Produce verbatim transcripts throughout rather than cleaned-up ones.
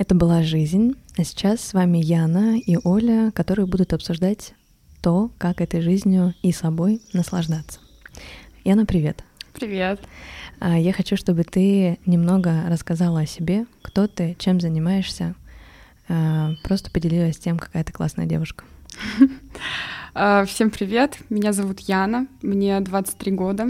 Это была «Жизнь», а сейчас с вами Яна и Оля, которые будут обсуждать то, как этой жизнью и собой наслаждаться. Яна, привет. Привет. Я хочу, чтобы ты немного рассказала о себе, кто ты, чем занимаешься, просто поделилась тем, какая ты классная девушка. Всем привет, меня зовут Яна, мне двадцать три года.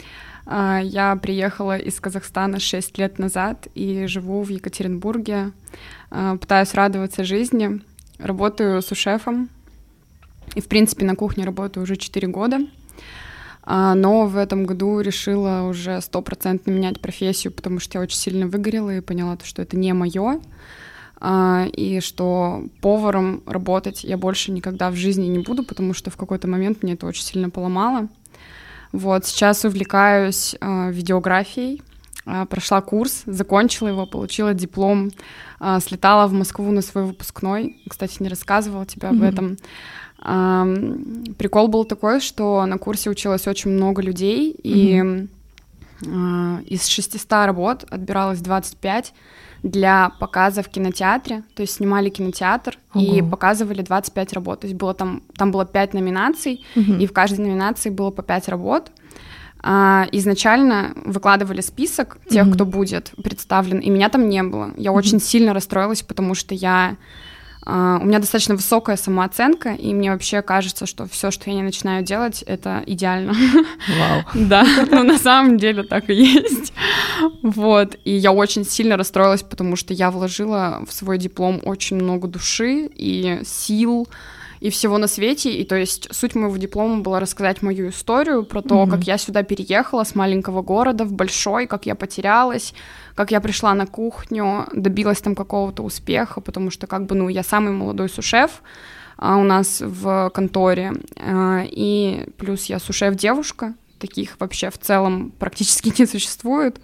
Я приехала из Казахстана шесть лет назад и живу в Екатеринбурге. Пытаюсь радоваться жизни, работаю су-шефом. И, в принципе, на кухне работаю уже четыре года. Но в этом году решила уже стопроцентно менять профессию, потому что я очень сильно выгорела и поняла, что это не мое. И что поваром работать я больше никогда в жизни не буду, потому что в какой-то момент мне это очень сильно поломало. Вот, сейчас увлекаюсь э, видеографией, э, прошла курс, закончила его, получила диплом, э, слетала в Москву на свой выпускной. Кстати, не рассказывала тебе об mm-hmm. этом. Э, прикол был такой, что на курсе училось очень много людей, mm-hmm. и э, из шестисот работ отбиралось двадцать пять для показа в кинотеатре, то есть снимали кинотеатр Ого. И показывали двадцать пять работ, то есть было там, там было пять номинаций, угу. и в каждой номинации было по пять работ. А, изначально выкладывали список тех, угу. кто будет представлен, и меня там не было. Я угу. очень сильно расстроилась, потому что я... Uh, у меня достаточно высокая самооценка, и мне вообще кажется, что все, что я не начинаю делать, это идеально. Вау. Да, но на самом деле так и есть. Вот, и я очень сильно расстроилась, потому что я вложила в свой диплом очень много души и сил, и всего на свете, и то есть суть моего диплома была рассказать мою историю про то, mm-hmm. как я сюда переехала с маленького города в большой, как я потерялась, как я пришла на кухню, добилась там какого-то успеха, потому что как бы, ну, я самый молодой су-шеф а, у нас в конторе, а, и плюс я су-шеф-девушка, таких вообще в целом практически не существует,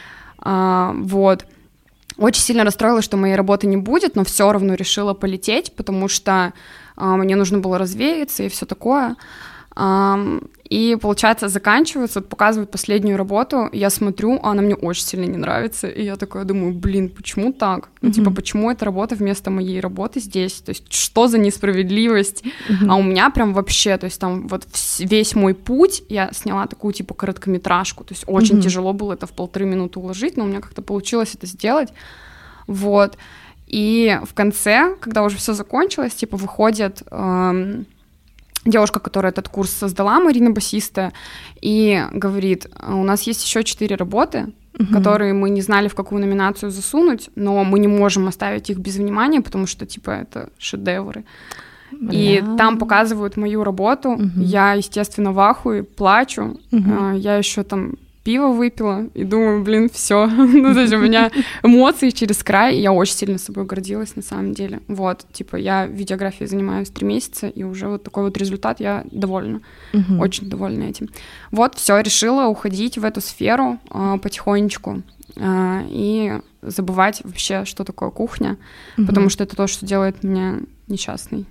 а, вот. Очень сильно расстроилась, что моей работы не будет, но все равно решила полететь, потому что а, мне нужно было развеяться и все такое. А, и, получается, заканчивается, вот показывают последнюю работу, я смотрю, а она мне очень сильно не нравится, и я такая думаю, блин, почему так? Ну, mm-hmm. типа, почему эта работа вместо моей работы здесь? То есть, что за несправедливость? Mm-hmm. А у меня прям вообще, то есть, там вот весь мой путь, я сняла такую, типа, короткометражку, то есть, очень mm-hmm. тяжело было это в полторы минуты уложить, но у меня как-то получилось это сделать, вот. И в конце, когда уже все закончилось, типа, выходит... Эм, девушка, которая этот курс создала, Марина Басиста, и говорит, у нас есть еще четыре работы, uh-huh. которые мы не знали, в какую номинацию засунуть, но мы не можем оставить их без внимания, потому что, типа, это шедевры. Бля. И там показывают мою работу, uh-huh. я, естественно, в ахуе, плачу, uh-huh. я еще там пиво выпила и думаю, блин, все, ну, то есть у меня эмоции через край, и я очень сильно собой гордилась на самом деле. Вот, типа, я видеографией занимаюсь три месяца, и уже вот такой вот результат, я довольна, uh-huh. очень довольна этим. Вот, все, решила уходить в эту сферу э, потихонечку э, и забывать вообще, что такое кухня, uh-huh. потому что это то, что делает меня несчастной.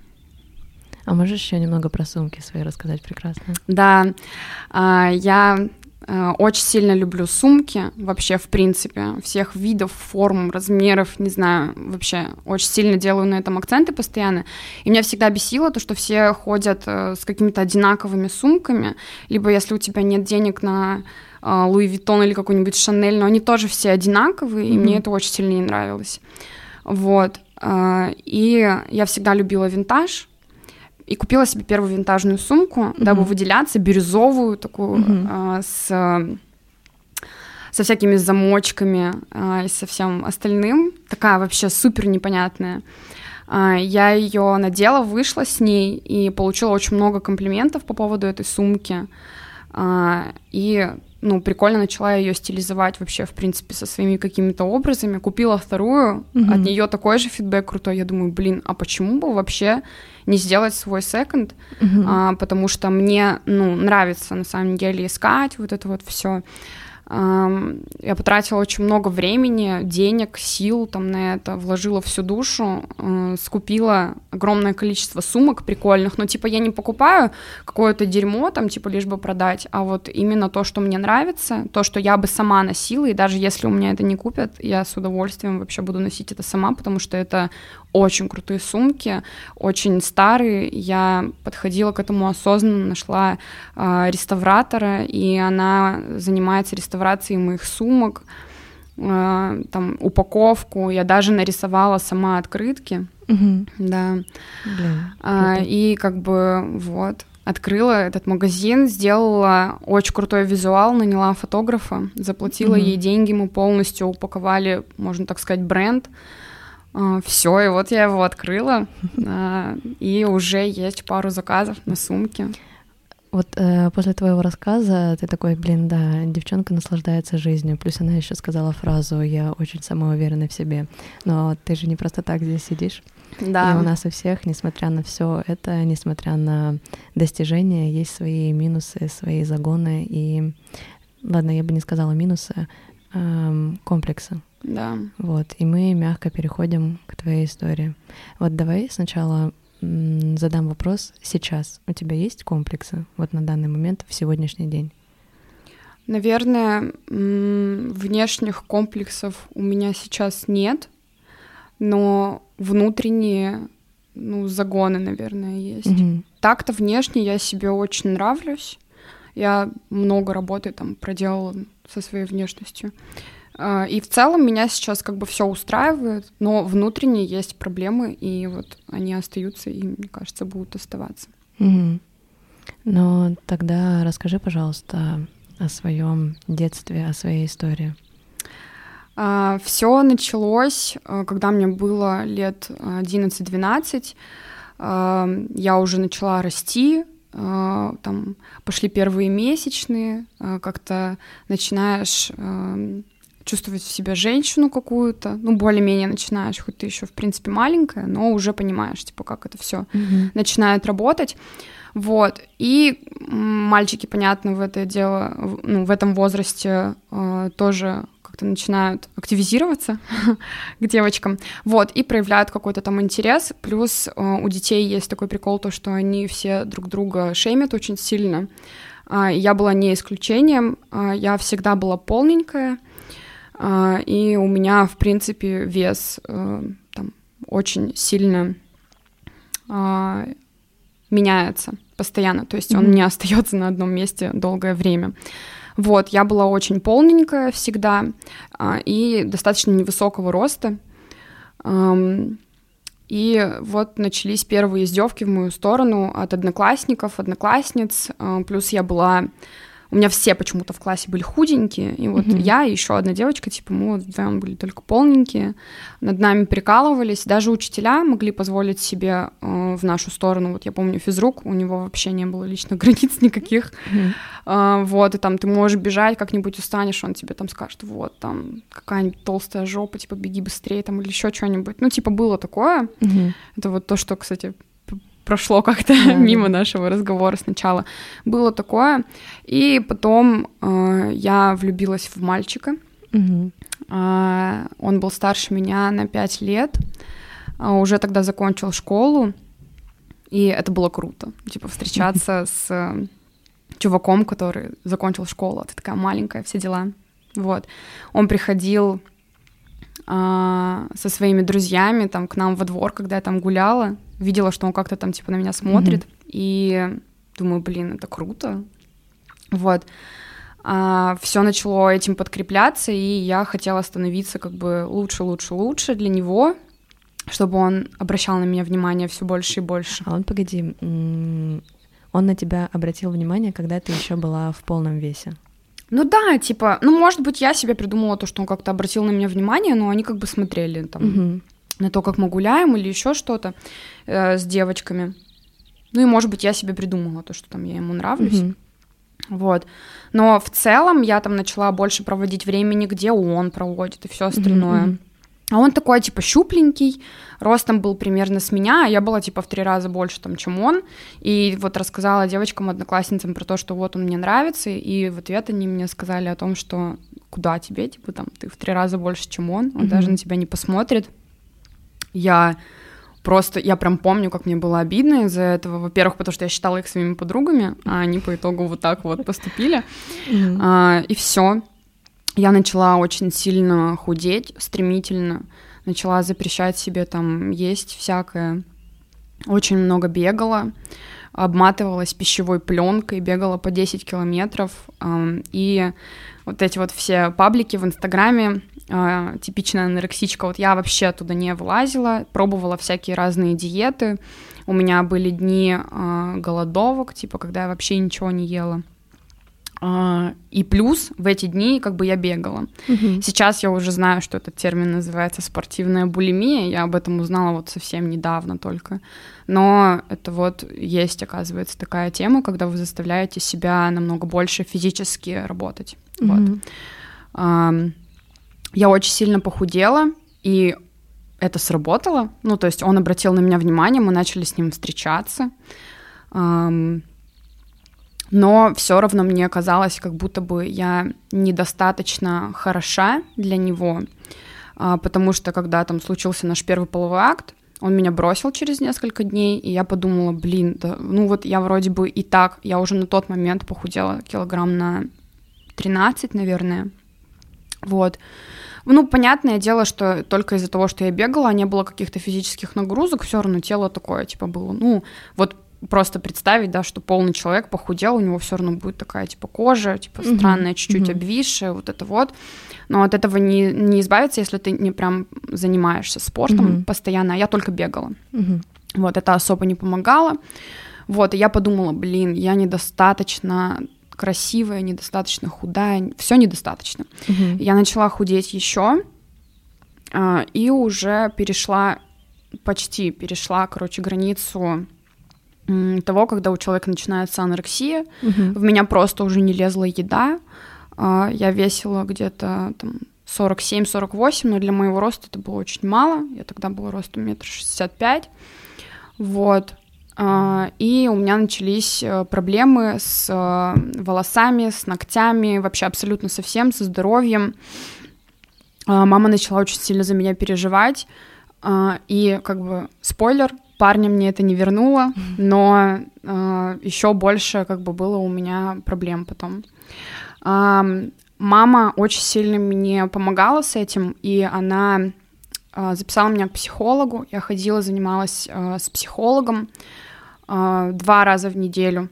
А можешь еще немного про сумки свои рассказать прекрасно? Да, э, я... Очень сильно люблю сумки, вообще, в принципе, всех видов, форм, размеров, не знаю, вообще очень сильно делаю на этом акценты постоянно. И меня всегда бесило то, что все ходят с какими-то одинаковыми сумками, либо если у тебя нет денег на Луи Виттон или какой-нибудь Шанель, но они тоже все одинаковые, mm-hmm. и мне это очень сильно не нравилось. Вот. И я всегда любила винтаж. И купила себе первую винтажную сумку, uh-huh. дабы выделяться, бирюзовую такую, uh-huh. э, с, со всякими замочками э, и со всем остальным. Такая вообще супер непонятная. Э, я ее надела, вышла с ней и получила очень много комплиментов по поводу этой сумки. Э, и, ну, прикольно начала ее стилизовать вообще, в принципе, со своими какими-то образами. Купила вторую, uh-huh. от нее такой же фидбэк крутой. Я думаю, блин, а почему бы вообще... не сделать свой секонд, uh-huh. а, потому что мне, ну, нравится на самом деле искать вот это вот все. Я потратила очень много времени, денег, сил там на это, вложила всю душу, скупила огромное количество сумок прикольных, но типа я не покупаю какое-то дерьмо там типа лишь бы продать, а вот именно то, что мне нравится, то, что я бы сама носила, и даже если у меня это не купят, я с удовольствием вообще буду носить это сама, потому что это очень крутые сумки, очень старые. Я подходила к этому осознанно, нашла э, реставратора, и она занимается реставрацией моих сумок, э, там, упаковку. Я даже нарисовала сама открытки. Угу. Да. Блин, а, и как бы вот открыла этот магазин, сделала очень крутой визуал, наняла фотографа, заплатила угу. ей деньги, мы полностью упаковали, можно так сказать, бренд. Все, и вот я его открыла, и уже есть пару заказов на сумки. Вот э, после твоего рассказа ты такой, блин, да, девчонка наслаждается жизнью, плюс она еще сказала фразу «я очень самоуверенна в себе», но ты же не просто так здесь сидишь. Да. И у нас у всех, несмотря на все это, несмотря на достижения, есть свои минусы, свои загоны, и, ладно, я бы не сказала минусы, э, комплексы. Да. Вот, и мы мягко переходим к твоей истории. Вот давай сначала м- задам вопрос. Сейчас у тебя есть комплексы вот на данный момент, в сегодняшний день? Наверное, м- внешних комплексов у меня сейчас нет, но внутренние, ну, загоны, наверное, есть. Угу. Так-то внешне я себе очень нравлюсь. Я много работы там проделала со своей внешностью. И в целом меня сейчас как бы все устраивает, но внутренне есть проблемы, и вот они остаются, и, мне кажется, будут оставаться. Угу. Но тогда расскажи, пожалуйста, о своем детстве, о своей истории. Все началось, когда мне было лет одиннадцать-двенадцать. Я уже начала расти, там пошли первые месячные, как-то начинаешь чувствовать в себе женщину какую-то, ну, более-менее начинаешь, хоть ты еще, в принципе, маленькая, но уже понимаешь, типа, как это все mm-hmm. начинает работать, вот, и мальчики, понятно, в это дело, ну, в этом возрасте э, тоже как-то начинают активизироваться к девочкам, вот, и проявляют какой-то там интерес, плюс э, у детей есть такой прикол, то, что они все друг друга шеймят очень сильно, э, я была не исключением, э, я всегда была полненькая, Uh, и у меня, в принципе, вес uh, там, очень сильно uh, меняется постоянно, то есть mm-hmm. он не остается на одном месте долгое время. Вот, я была очень полненькая всегда uh, и достаточно невысокого роста. Um, и вот начались первые издевки в мою сторону от одноклассников, одноклассниц, uh, плюс я была... У меня все почему-то в классе были худенькие, и вот mm-hmm. я и еще одна девочка, типа, мы вот вдвоем были только полненькие, над нами прикалывались, даже учителя могли позволить себе э, в нашу сторону, вот я помню физрук, у него вообще не было личных границ никаких, mm-hmm. э, вот, и там ты можешь бежать, как-нибудь устанешь, он тебе там скажет, вот, там, какая-нибудь толстая жопа, типа, беги быстрее, там, или еще что-нибудь, ну, типа, было такое, mm-hmm. это вот то, что, кстати, прошло как-то yeah. мимо нашего разговора сначала. Было такое. И потом э, я влюбилась в мальчика. Mm-hmm. Э, он был старше меня на пять лет. Э, уже тогда закончил школу. И это было круто. Типа встречаться mm-hmm. с э, чуваком, который закончил школу. А ты такая маленькая, все дела. Вот. Он приходил э, со своими друзьями там, к нам во двор, когда я там гуляла. Видела, что он как-то там, типа, на меня смотрит, mm-hmm. и думаю, блин, это круто. Вот. А, все начало этим подкрепляться, и я хотела становиться как бы лучше, лучше, лучше для него, чтобы он обращал на меня внимание все больше и больше. А он, погоди, он на тебя обратил внимание, когда ты еще была в полном весе? Ну да, типа, ну, может быть, я себе придумала то, что он как-то обратил на меня внимание, но они как бы смотрели там... Mm-hmm. на то, как мы гуляем или еще что-то э, с девочками. Ну и, может быть, я себе придумала то, что там я ему нравлюсь. Mm-hmm. Вот. Но в целом я там начала больше проводить времени, где он проводит и все остальное. Mm-hmm. А он такой, типа, щупленький, ростом был примерно с меня, а я была, типа, в три раза больше, там, чем он. И вот рассказала девочкам, одноклассницам про то, что вот он мне нравится, и в ответ они мне сказали о том, что куда тебе, типа, там, ты в три раза больше, чем он, он mm-hmm. даже на тебя не посмотрит. Я просто, я прям помню, как мне было обидно из-за этого. Во-первых, потому что я считала их своими подругами, а они по итогу вот так вот поступили. Mm-hmm. А, и все. Я начала очень сильно худеть, стремительно, начала запрещать себе там есть всякое, очень много бегала, обматывалась пищевой пленкой, бегала по десять километров, и вот эти вот все паблики в Инстаграме, типичная анорексичка, вот я вообще оттуда не вылазила, пробовала всякие разные диеты, у меня были дни голодовок, типа, когда я вообще ничего не ела. И плюс в эти дни как бы я бегала. Uh-huh. Сейчас я уже знаю, что этот термин называется спортивная булимия. Я об этом узнала вот совсем недавно только. Но это вот есть, оказывается, такая тема, когда вы заставляете себя намного больше физически работать. Uh-huh. Вот. Я очень сильно похудела, и это сработало. Ну, то есть он обратил на меня внимание, мы начали с ним встречаться. Но все равно мне казалось, как будто бы я недостаточно хороша для него, потому что когда там случился наш первый половой акт, он меня бросил через несколько дней, и я подумала, блин, да, ну вот я вроде бы и так, я уже на тот момент похудела килограмм на тринадцать, наверное, вот. Ну, понятное дело, что только из-за того, что я бегала, не было каких-то физических нагрузок, все равно тело такое, типа, было, ну, вот просто представить, да, что полный человек похудел, у него все равно будет такая, типа, кожа, типа, uh-huh. странная, чуть-чуть uh-huh. обвисшая, вот это вот. Но от этого не, не избавиться, если ты не прям занимаешься спортом uh-huh. постоянно, а я только бегала. Uh-huh. Вот, это особо не помогало. Вот, и я подумала, блин, я недостаточно красивая, недостаточно худая, все недостаточно. Uh-huh. Я начала худеть еще, и уже перешла, почти перешла, короче, границу того, когда у человека начинается анорексия, uh-huh. в меня просто уже не лезла еда, я весила где-то там сорок семь сорок восемь, но для моего роста это было очень мало, я тогда была ростом метр шестьдесят пять, вот, и у меня начались проблемы с волосами, с ногтями, вообще абсолютно со всем, со здоровьем. Мама начала очень сильно за меня переживать, и как бы спойлер, парня мне это не вернуло, но э, еще больше как бы было у меня проблем потом. Э, мама очень сильно мне помогала с этим, и она э, записала меня к психологу. Я ходила, занималась э, с психологом э, два раза в неделю.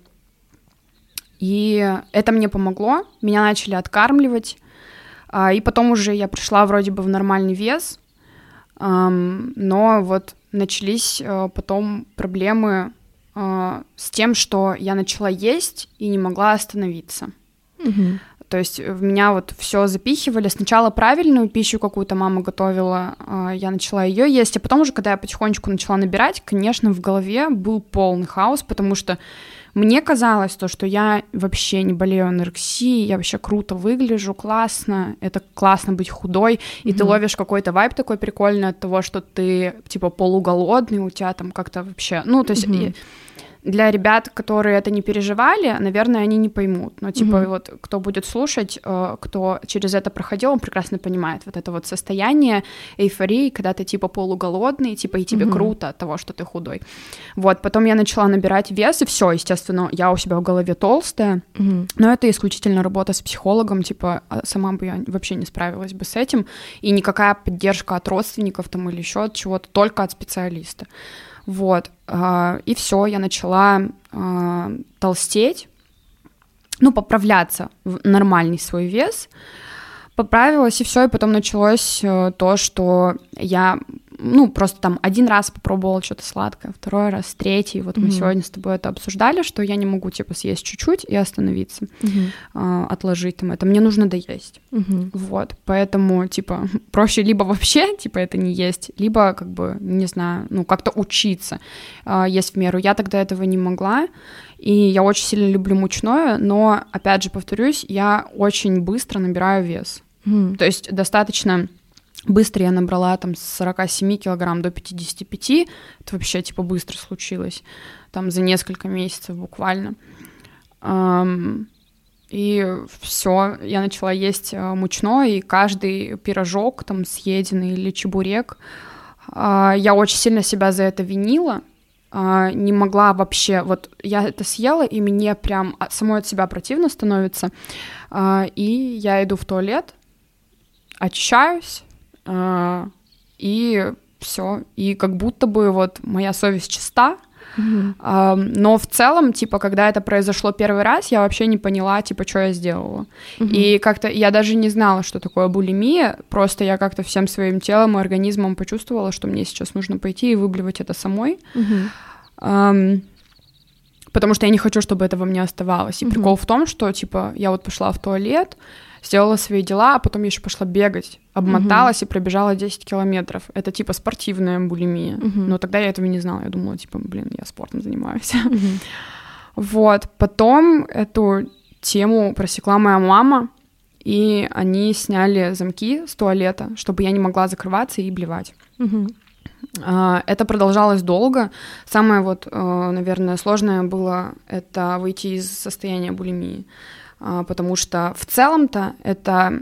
И это мне помогло. Меня начали откармливать. Э, и потом уже я пришла вроде бы в нормальный вес. Э, но вот начались э, потом проблемы э, с тем, что я начала есть и не могла остановиться. Mm-hmm. То есть в меня вот все запихивали. Сначала правильную пищу какую-то мама готовила, э, я начала ее есть, а потом уже, когда я потихонечку начала набирать, конечно, в голове был полный хаос, потому что мне казалось то, что я вообще не болею анорексией, я вообще круто выгляжу, классно, это классно быть худой, и mm-hmm. ты ловишь какой-то вайб такой прикольный от того, что ты, типа, полуголодный, у тебя там как-то вообще... Ну, то есть... Mm-hmm. Для ребят, которые это не переживали, наверное, они не поймут. Но, типа, mm-hmm. вот кто будет слушать, кто через это проходил, он прекрасно понимает вот это вот состояние эйфории, когда ты, типа, полуголодный, типа, и тебе mm-hmm. круто от того, что ты худой. Вот, потом я начала набирать вес, и все, естественно, я у себя в голове толстая, mm-hmm. но это исключительно работа с психологом, типа, сама бы я вообще не справилась бы с этим, и никакая поддержка от родственников там или еще от чего-то, только от специалиста. Вот, и все, я начала э, толстеть, ну, поправляться в нормальный свой вес, поправилась, и все, и потом началось э, то, что я, ну, просто там один раз попробовала что-то сладкое, второй раз, третий, вот mm-hmm. мы сегодня с тобой это обсуждали, что я не могу, типа, съесть чуть-чуть и остановиться, mm-hmm. э, отложить там это, мне нужно доесть, mm-hmm. вот, поэтому, типа, проще либо вообще, типа, это не есть, либо, как бы, не знаю, ну, как-то учиться э, есть в меру, я тогда этого не могла, и я очень сильно люблю мучное, но, опять же, повторюсь, я очень быстро набираю вес, mm-hmm. то есть достаточно Быстро я набрала там с сорока семи килограмм до пятидесяти пяти. Это вообще типа быстро случилось. Там за несколько месяцев буквально. И все, я начала есть мучное, и каждый пирожок там съеденный или чебурек, я очень сильно себя за это винила. Не могла вообще... Вот я это съела, и мне прям самой от себя противно становится. И я иду в туалет, очищаюсь, и все. И как будто бы вот моя совесть чиста. Mm-hmm. Uh, но в целом, типа, когда это произошло первый раз, я вообще не поняла, типа, что я сделала. Mm-hmm. И как-то я даже не знала, что такое булимия, просто я как-то всем своим телом и организмом почувствовала, что мне сейчас нужно пойти и выблевать это самой. Mm-hmm. Um, потому что я не хочу, чтобы это во мне оставалось. И mm-hmm. прикол в том, что, типа, я вот пошла в туалет, сделала свои дела, а потом я еще пошла бегать, обмоталась uh-huh. и пробежала десять километров. Это типа спортивная булимия. Uh-huh. Но тогда я этого не знала. Я думала, типа, блин, я спортом занимаюсь. Uh-huh. Вот. Потом эту тему просекла моя мама, и они сняли замки с туалета, чтобы я не могла закрываться и блевать. Uh-huh. Это продолжалось долго. Самое вот, наверное, сложное было это выйти из состояния булимии. Потому что в целом-то это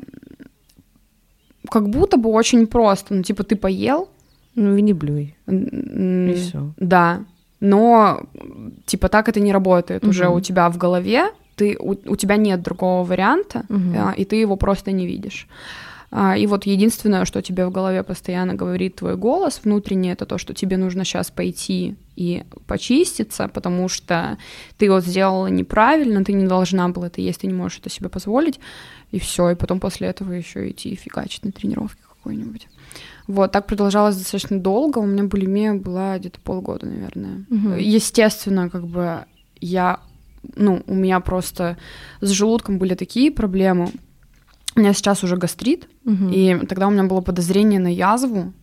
как будто бы очень просто. Ну, типа, ты поел. Ну, и не блюй. И все. Да. Но, типа, так это не работает. Угу. Уже у тебя в голове, ты, у, у тебя нет другого варианта, угу. и ты его просто не видишь. И вот единственное, что тебе в голове постоянно говорит твой голос внутренний, это то, что тебе нужно сейчас пойти и почиститься, потому что ты вот сделала неправильно, ты не должна была это есть, ты не можешь это себе позволить, и все, и потом после этого еще идти и фигачить на тренировке какой-нибудь. Вот, так продолжалось достаточно долго, у меня булимия была где-то полгода, наверное. Угу. Естественно, как бы я, ну, у меня просто с желудком были такие проблемы. У меня сейчас уже гастрит, угу. и тогда у меня было подозрение на язву,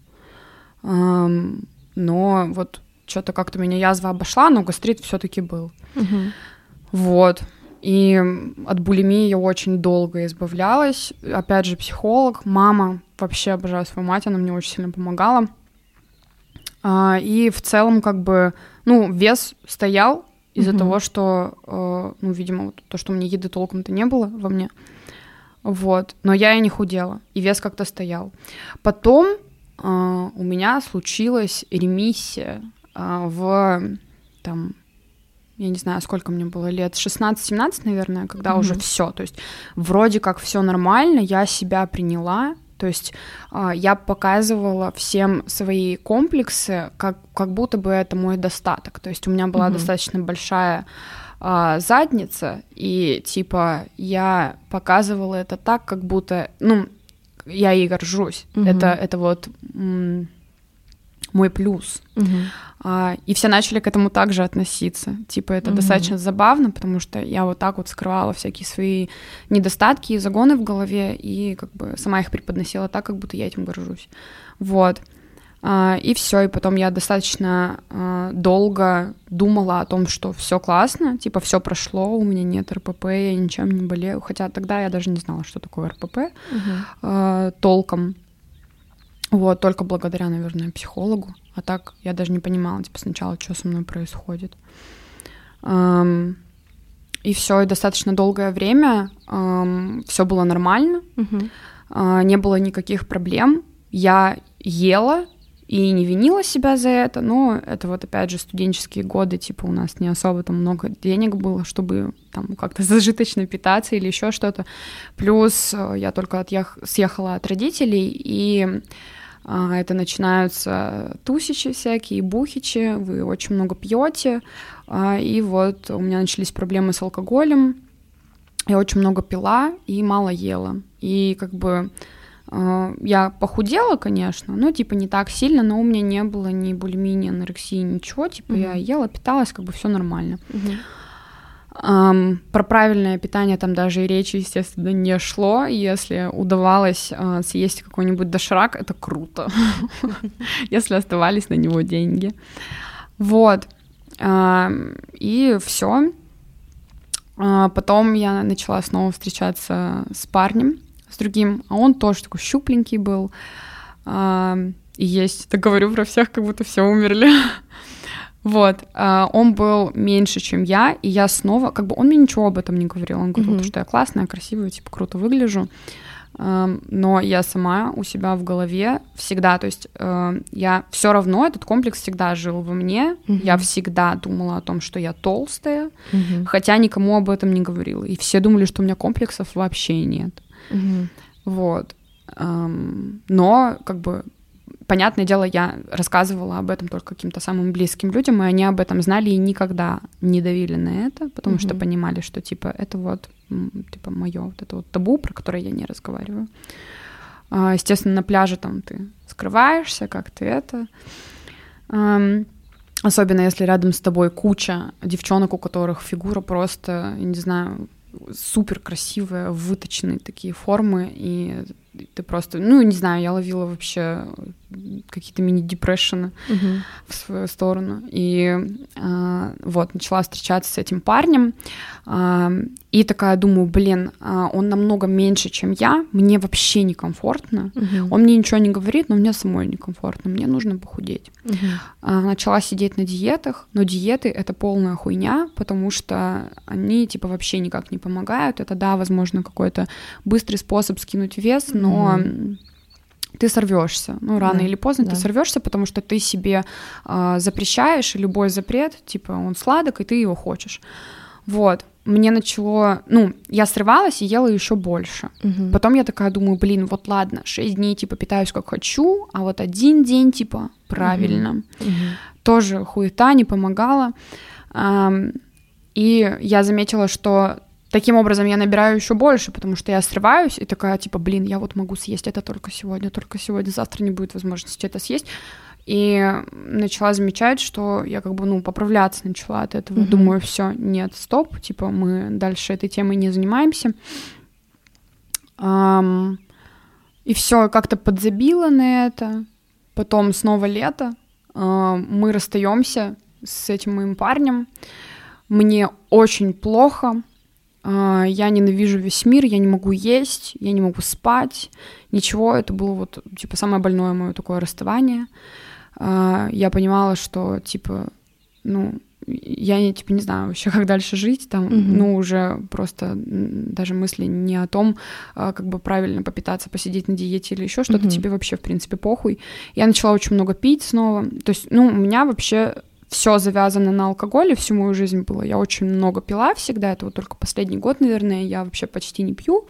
эм, но вот что-то как-то меня язва обошла, но гастрит все-таки был. Угу. Вот. И от булимии я очень долго избавлялась. Опять же, психолог, мама, вообще обожаю свою мать, она мне очень сильно помогала. А, и в целом, как бы, ну, вес стоял из-за угу. того, что, э, ну, видимо, вот то, что у меня еды толком-то не было во мне. Вот, но я и не худела, и вес как-то стоял. Потом э, у меня случилась ремиссия э, в, там, я не знаю, сколько мне было лет, шестнадцать-семнадцать, наверное, когда mm-hmm. уже все, то есть вроде как все нормально, я себя приняла, то есть э, я показывала всем свои комплексы, как, как будто бы это мой достаток, то есть у меня была mm-hmm. достаточно большая задница, и, типа, я показывала это так, как будто, ну, я ей горжусь. Uh-huh. Это, это вот м- мой плюс. Uh-huh. А, и все начали к этому также относиться. Типа, это uh-huh. достаточно забавно, потому что я вот так вот скрывала всякие свои недостатки и загоны в голове, и как бы сама их преподносила так, как будто я этим горжусь. Вот. Uh, и все, и потом я достаточно uh, долго думала о том, что все классно, типа все прошло, у меня нет эр пэ пэ, я ничем не болею, хотя тогда я даже не знала, что такое эр пэ пэ uh-huh. uh, толком, вот, только благодаря, наверное, психологу, а так я даже не понимала, типа, сначала, что со мной происходит. Um, и все, и достаточно долгое время um, все было нормально, uh-huh. uh, не было никаких проблем, я ела, и не винила себя за это, но это вот опять же студенческие годы, типа у нас не особо там много денег было, чтобы там как-то зажиточно питаться или еще что-то. Плюс я только отъех... съехала от родителей, и а, это начинаются тусичи всякие, бухичи, вы очень много пьете, а, и вот у меня начались проблемы с алкоголем, я очень много пила и мало ела, и как бы я похудела, конечно, но, типа, не так сильно, но у меня не было ни булимии, ни анорексии, ничего, типа, uh-huh. я ела, питалась, как бы все нормально. Uh-huh. Um, про правильное питание там даже и речи, естественно, не шло, если удавалось uh, съесть какой-нибудь доширак, это круто, если оставались на него деньги. Вот, и все. Потом я начала снова встречаться с парнем, с другим, а он тоже такой щупленький был, и есть. Так говорю про всех, как будто все умерли. Вот, он был меньше, чем я, и я снова, как бы он мне ничего об этом не говорил, он говорил, mm-hmm. что я классная, красивая, типа круто выгляжу, но я сама у себя в голове всегда, то есть я все равно, этот комплекс всегда жил во мне, mm-hmm. я всегда думала о том, что я толстая, mm-hmm. хотя никому об этом не говорила, и все думали, что у меня комплексов вообще нет, mm-hmm. вот, но как бы понятное дело, я рассказывала об этом только каким-то самым близким людям, и они об этом знали и никогда не давили на это, потому mm-hmm. что понимали, что, типа, это вот, типа, моё вот это вот табу, про которое я не разговариваю. А, естественно, на пляже там ты скрываешься, как ты это... Um, особенно если рядом с тобой куча девчонок, у которых фигура просто, я не знаю, супер красивая, выточенные такие формы, и ты просто, ну, не знаю, я ловила вообще какие-то мини-депрессионы uh-huh. в свою сторону. И э, вот, начала встречаться с этим парнем, э, и такая думаю, блин, э, он намного меньше, чем я, мне вообще некомфортно, uh-huh. он мне ничего не говорит, но мне самой некомфортно, мне нужно похудеть. Uh-huh. Э, начала сидеть на диетах, но диеты — это полная хуйня, потому что они, типа, вообще никак не помогают. Это, да, возможно, какой-то быстрый способ скинуть вес, но mm-hmm. ты сорвешься. Ну, рано да, или поздно да. ты сорвешься, потому что ты себе э, запрещаешь, и любой запрет, типа, он сладок, и ты его хочешь. Вот. Мне начало... Ну, я срывалась и ела еще больше. Mm-hmm. Потом я такая думаю, блин, вот ладно, шесть дней, типа, питаюсь как хочу, а вот один день, типа, правильно. Mm-hmm. Mm-hmm. Тоже хуета, не помогала. Эм, и я заметила, что таким образом я набираю еще больше, потому что я срываюсь и такая, типа, блин, я вот могу съесть это только сегодня, только сегодня, завтра не будет возможности это съесть. И начала замечать, что я как бы, ну, поправляться начала от этого. Mm-hmm. Думаю, все, нет, стоп, типа, мы дальше этой темой не занимаемся. Um, и все, как-то подзабила на это. Потом снова лето. Uh, мы расстаемся с этим моим парнем. Мне очень плохо. Я ненавижу весь мир, я не могу есть, я не могу спать, ничего. Это было вот, типа, самое больное мое такое расставание. Я понимала, что, типа, ну, я, типа, не знаю вообще, как дальше жить, там, mm-hmm. ну, уже просто даже мысли не о том, как бы правильно попитаться, посидеть на диете или еще что-то, mm-hmm. тебе вообще, в принципе, похуй. Я начала очень много пить снова, то есть, ну, у меня вообще... Все завязано на алкоголе, всю мою жизнь было. Я очень много пила всегда, это вот только последний год, наверное, я вообще почти не пью.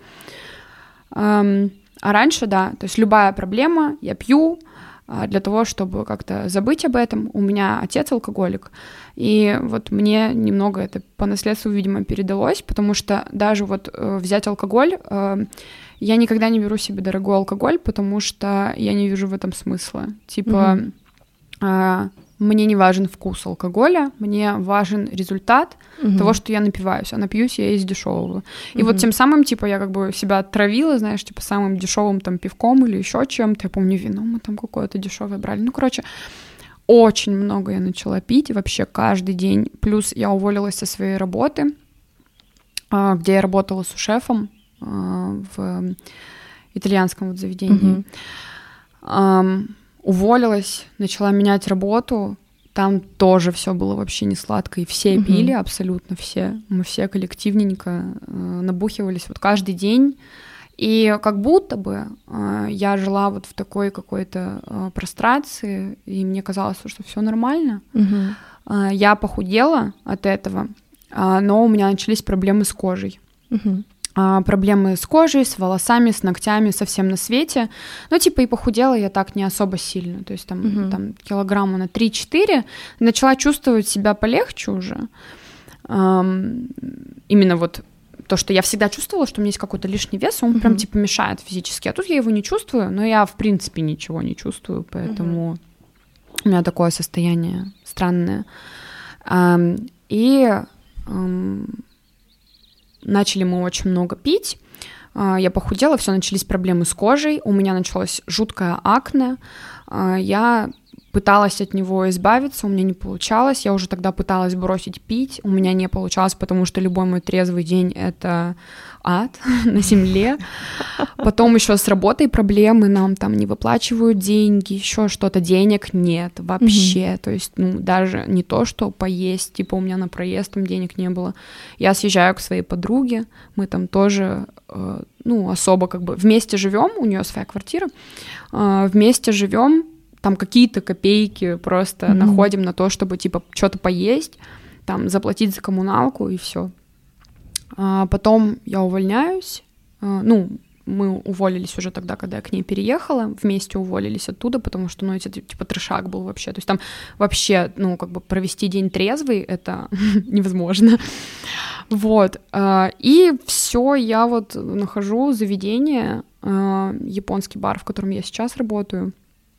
Um, а раньше, да, то есть любая проблема, я пью uh, для того, чтобы как-то забыть об этом. У меня отец алкоголик, и вот мне немного это по наследству, видимо, передалось, потому что даже вот uh, взять алкоголь, uh, я никогда не беру себе дорогой алкоголь, потому что я не вижу в этом смысла. Типа... Mm-hmm. Uh, Мне не важен вкус алкоголя, мне важен результат uh-huh. того, что я напиваюсь, а напьюсь я из дешевого. И uh-huh. вот тем самым, типа, я как бы себя отравила, знаешь, типа, самым дешевым там пивком или еще чем-то. Я помню, вино мы там какое-то дешевое брали. Ну, короче, очень много я начала пить, вообще каждый день. Плюс я уволилась со своей работы, где я работала су-шефом в итальянском вот заведении. Uh-huh. Уволилась, начала менять работу, там тоже все было вообще не сладко, и все uh-huh. пили, абсолютно все, мы все коллективненько э, набухивались вот каждый день, и как будто бы э, я жила вот в такой какой-то э, прострации, и мне казалось, что все нормально. Uh-huh. Э, я похудела от этого, э, но у меня начались проблемы с кожей. Uh-huh. Проблемы с кожей, с волосами, с ногтями, совсем на свете. Ну, типа, и похудела я так не особо сильно. То есть там, uh-huh. там килограмма на три-четыре. Начала чувствовать себя полегче уже. Um, именно вот то, что я всегда чувствовала, что у меня есть какой-то лишний вес, он uh-huh. прям, типа, мешает физически. А тут я его не чувствую, но я, в принципе, ничего не чувствую, поэтому uh-huh. у меня такое состояние странное. Um, и... Um, Начали мы очень много пить, я похудела, все, начались проблемы с кожей, у меня началось жуткое акне, я пыталась от него избавиться, у меня не получалось. Я уже тогда пыталась бросить пить, у меня не получалось, потому что любой мой трезвый день — это ад на земле. Потом еще с работой проблемы, нам там не выплачивают деньги, еще что-то, денег нет вообще. Mm-hmm. То есть, ну, даже не то, что поесть, типа у меня на проезд там денег не было. Я съезжаю к своей подруге, мы там тоже, э, ну, особо как бы вместе живем, у нее своя квартира, э, вместе живем. Там какие-то копейки просто mm-hmm. находим на то, чтобы, типа, что-то поесть, там, заплатить за коммуналку, и все. А потом я увольняюсь. А, ну, мы уволились уже тогда, когда я к ней переехала, вместе уволились оттуда, потому что, ну, это, типа, трешак был вообще. То есть там вообще, ну, как бы провести день трезвый — это невозможно. Вот. А, и все, я вот нахожу заведение, а, японский бар, в котором я сейчас работаю.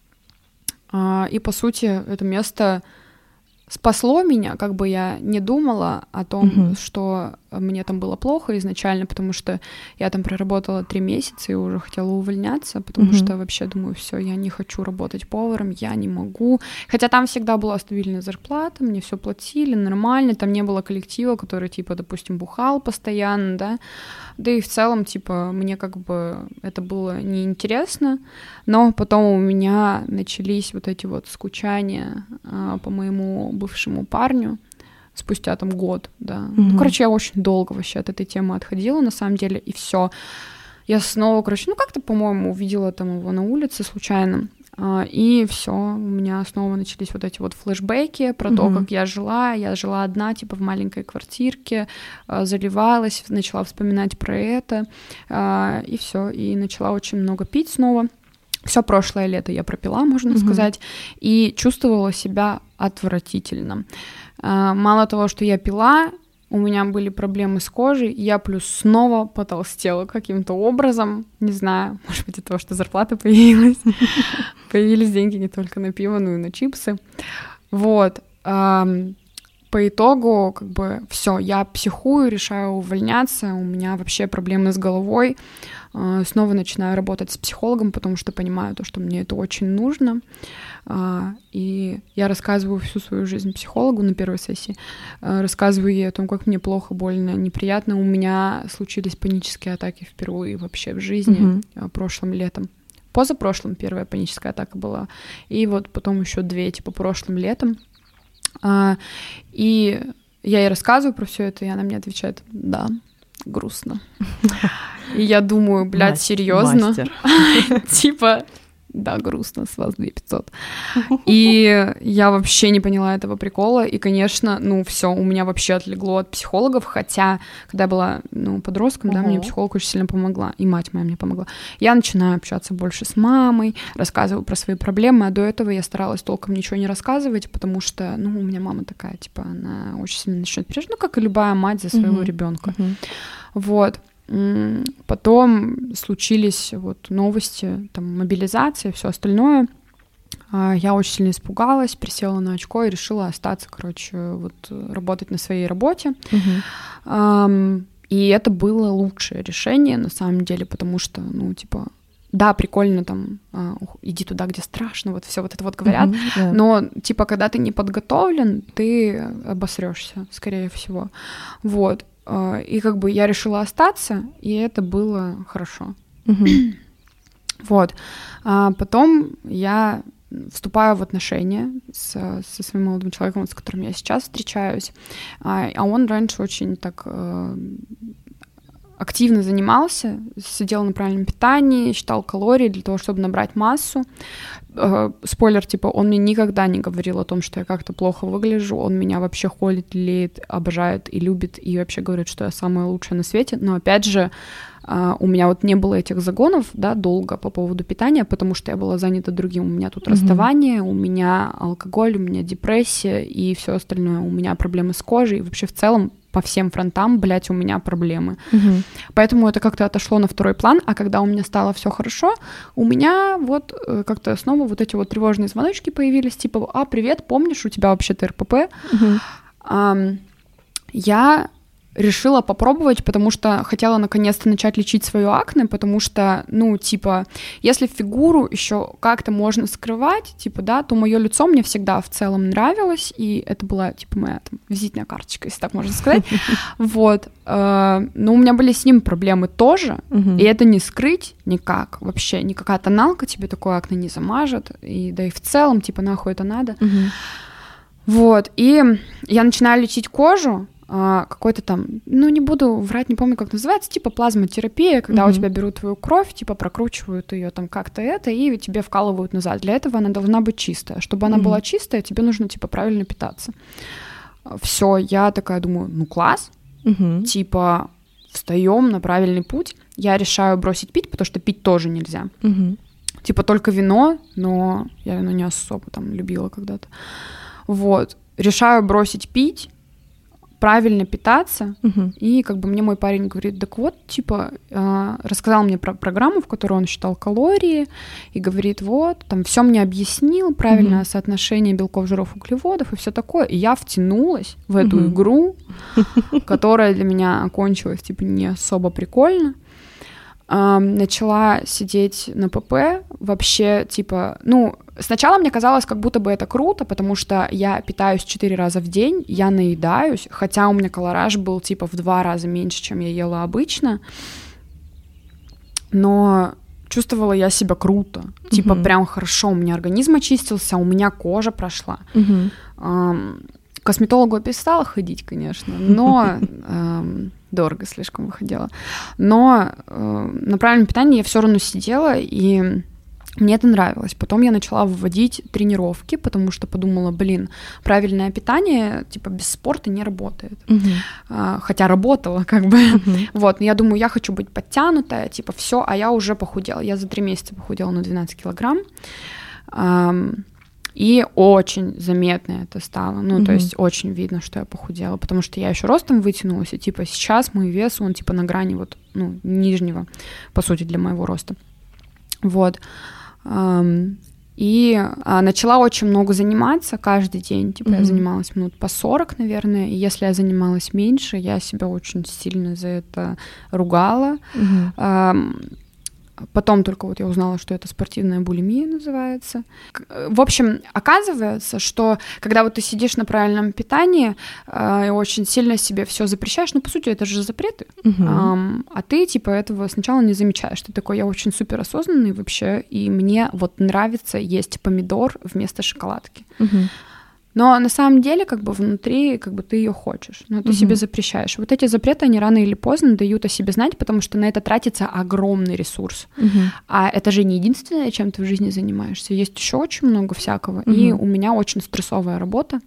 И, по сути, это место спасло меня, как бы я не думала о том, uh-huh. что мне там было плохо изначально, потому что я там проработала три месяца и уже хотела увольняться, потому uh-huh. что вообще думаю, все, я не хочу работать поваром, я не могу. Хотя там всегда была стабильная зарплата, мне все платили нормально, там не было коллектива, который, типа, допустим, бухал постоянно, да, да и в целом, типа, мне как бы это было неинтересно, но потом у меня начались вот эти вот скучания а, по моему бывшему парню, спустя там год, да. Mm-hmm. Ну, короче, я очень долго вообще от этой темы отходила, на самом деле, и все. Я снова, короче, ну, как-то, по-моему, увидела там его на улице случайно, а, и все, у меня снова начались вот эти вот флешбеки про mm-hmm. то, как я жила. Я жила одна, типа, в маленькой квартирке, а, заливалась, начала вспоминать про это, а, и все, и начала очень много пить снова. Все прошлое лето я пропила, можно mm-hmm. сказать, и чувствовала себя отвратительно. Мало того, что я пила, у меня были проблемы с кожей, я плюс снова потолстела каким-то образом, не знаю, может быть, от того, что зарплата появилась, появились деньги не только на пиво, но и на чипсы. Вот. По итогу, как бы, все, я психую, решаю увольняться, у меня вообще проблемы с головой, снова начинаю работать с психологом, потому что понимаю то, что мне это очень нужно, и я рассказываю всю свою жизнь психологу на первой сессии, рассказываю ей о том, как мне плохо, больно, неприятно. У меня случились панические атаки впервые вообще в жизни mm-hmm. прошлым летом. Позапрошлым первая паническая атака была, и вот потом еще две, типа, прошлым летом. И я ей рассказываю про все это, и она мне отвечает: да, грустно. И я думаю, блядь, серьезно? Типа, да, грустно, с вас две тысячи пятьсот. И я вообще не поняла этого прикола, и, конечно, ну, все, у меня вообще отлегло от психологов, хотя, когда я была, ну, подростком, да, мне психолог очень сильно помогла, и мать моя мне помогла. Я начинаю общаться больше с мамой, рассказываю про свои проблемы, а до этого я старалась толком ничего не рассказывать, потому что, ну, у меня мама такая, типа, она очень сильно начнет переживать, ну, как и любая мать за своего uh-huh. ребенка. Uh-huh. Вот. Потом случились вот новости, там, мобилизация, все остальное. Я очень сильно испугалась, присела на очко и решила остаться, короче, вот работать на своей работе. Uh-huh. И это было лучшее решение, на самом деле, потому что, ну, типа, да, прикольно там, иди туда, где страшно, вот все вот это вот говорят, uh-huh, yeah. но, типа, когда ты не подготовлен, ты обосрешься, скорее всего. Вот. И как бы я решила остаться, и это было хорошо. Uh-huh. Вот. А потом я вступаю в отношения с, со своим молодым человеком, с которым я сейчас встречаюсь. А, а он раньше очень так э, активно занимался, сидел на правильном питании, считал калории для того, чтобы набрать массу. Э, спойлер, типа, он мне никогда не говорил о том, что я как-то плохо выгляжу. Он меня вообще холит, лелеет, обожает и любит, и вообще говорит, что я самая лучшая на свете. Но опять же, Uh, у меня вот не было этих загонов, да, долго по поводу питания, потому что я была занята другим. У меня тут mm-hmm. расставание, у меня алкоголь, у меня депрессия и все остальное. У меня проблемы с кожей, и вообще в целом по всем фронтам, блядь, у меня проблемы. Mm-hmm. Поэтому это как-то отошло на второй план, а когда у меня стало все хорошо, у меня вот как-то снова вот эти вот тревожные звоночки появились, типа, а, привет, помнишь, у тебя вообще-то эр пэ пэ? Mm-hmm. Um, я решила попробовать, потому что хотела наконец-то начать лечить свое акне, потому что, ну, типа, если фигуру еще как-то можно скрывать, типа, да, то мое лицо мне всегда в целом нравилось, и это была, типа, моя там визитная карточка, если так можно сказать. Вот. Но у меня были с ним проблемы тоже, и это не скрыть никак вообще. Никакая тоналка тебе такое акне не замажет, и да и в целом, типа, нахуй это надо. Вот. И я начинаю лечить кожу, какой-то там, ну, не буду врать, не помню, как называется, типа плазмотерапия, когда uh-huh. у тебя берут твою кровь, типа прокручивают ее там как-то это, и тебе вкалывают назад. Для этого она должна быть чистая. Чтобы она uh-huh. была чистая, тебе нужно, типа, правильно питаться. Все, я такая думаю, ну, класс, uh-huh. типа, встаем на правильный путь. Я решаю бросить пить, потому что пить тоже нельзя. Uh-huh. Типа, только вино, но я вино не особо там любила когда-то. Вот. Решаю бросить пить, правильно питаться, uh-huh. и как бы мне мой парень говорит, так вот, типа, э, рассказал мне про программу, в которой он считал калории, и говорит, вот, там все мне объяснил, правильное uh-huh. соотношение белков, жиров, углеводов и все такое, и я втянулась в эту uh-huh. игру, которая для меня окончилась, типа, не особо прикольно. Эм, начала сидеть на ПП, вообще, типа, ну, сначала мне казалось, как будто бы это круто, потому что я питаюсь четыре раза в день, я наедаюсь, хотя у меня колораж был, типа, в два раза меньше, чем я ела обычно, но чувствовала я себя круто, uh-huh. типа, прям хорошо, у меня организм очистился, у меня кожа прошла. Uh-huh. Эм, к косметологу я перестала ходить, конечно, но... Эм, дорого слишком выходило. Но э, на правильном питании я все равно сидела, и мне это нравилось. Потом я начала вводить тренировки, потому что подумала, блин, правильное питание, типа, без спорта не работает. Uh-huh. А, хотя работала, как бы. Uh-huh. Вот, но я думаю, я хочу быть подтянутая, типа, все, а я уже похудела. Я за три месяца похудела на двенадцать килограмм. А, И очень заметно это стало. Ну, mm-hmm. то есть очень видно, что я похудела, потому что я еще ростом вытянулась, и, типа, сейчас мой вес, он, типа, на грани вот, ну, нижнего, по сути, для моего роста. Вот. И начала очень много заниматься каждый день. Типа, mm-hmm. я занималась минут по сорок, наверное, и если я занималась меньше, я себя очень сильно за это ругала. Mm-hmm. Потом только вот я узнала, что это спортивная булимия называется. В общем, оказывается, что когда вот ты сидишь на правильном питании э, и очень сильно себе все запрещаешь, ну, по сути, это же запреты, uh-huh. э, а ты, типа, этого сначала не замечаешь. Ты такой, я очень суперосознанный вообще, и мне вот нравится есть помидор вместо шоколадки. Uh-huh. Но на самом деле, как бы внутри, как бы ты ее хочешь, но ты uh-huh. себе запрещаешь. Вот эти запреты, они рано или поздно дают о себе знать, потому что на это тратится огромный ресурс. Uh-huh. А это же не единственное, чем ты в жизни занимаешься. Есть еще очень много всякого. Uh-huh. И у меня очень стрессовая работа.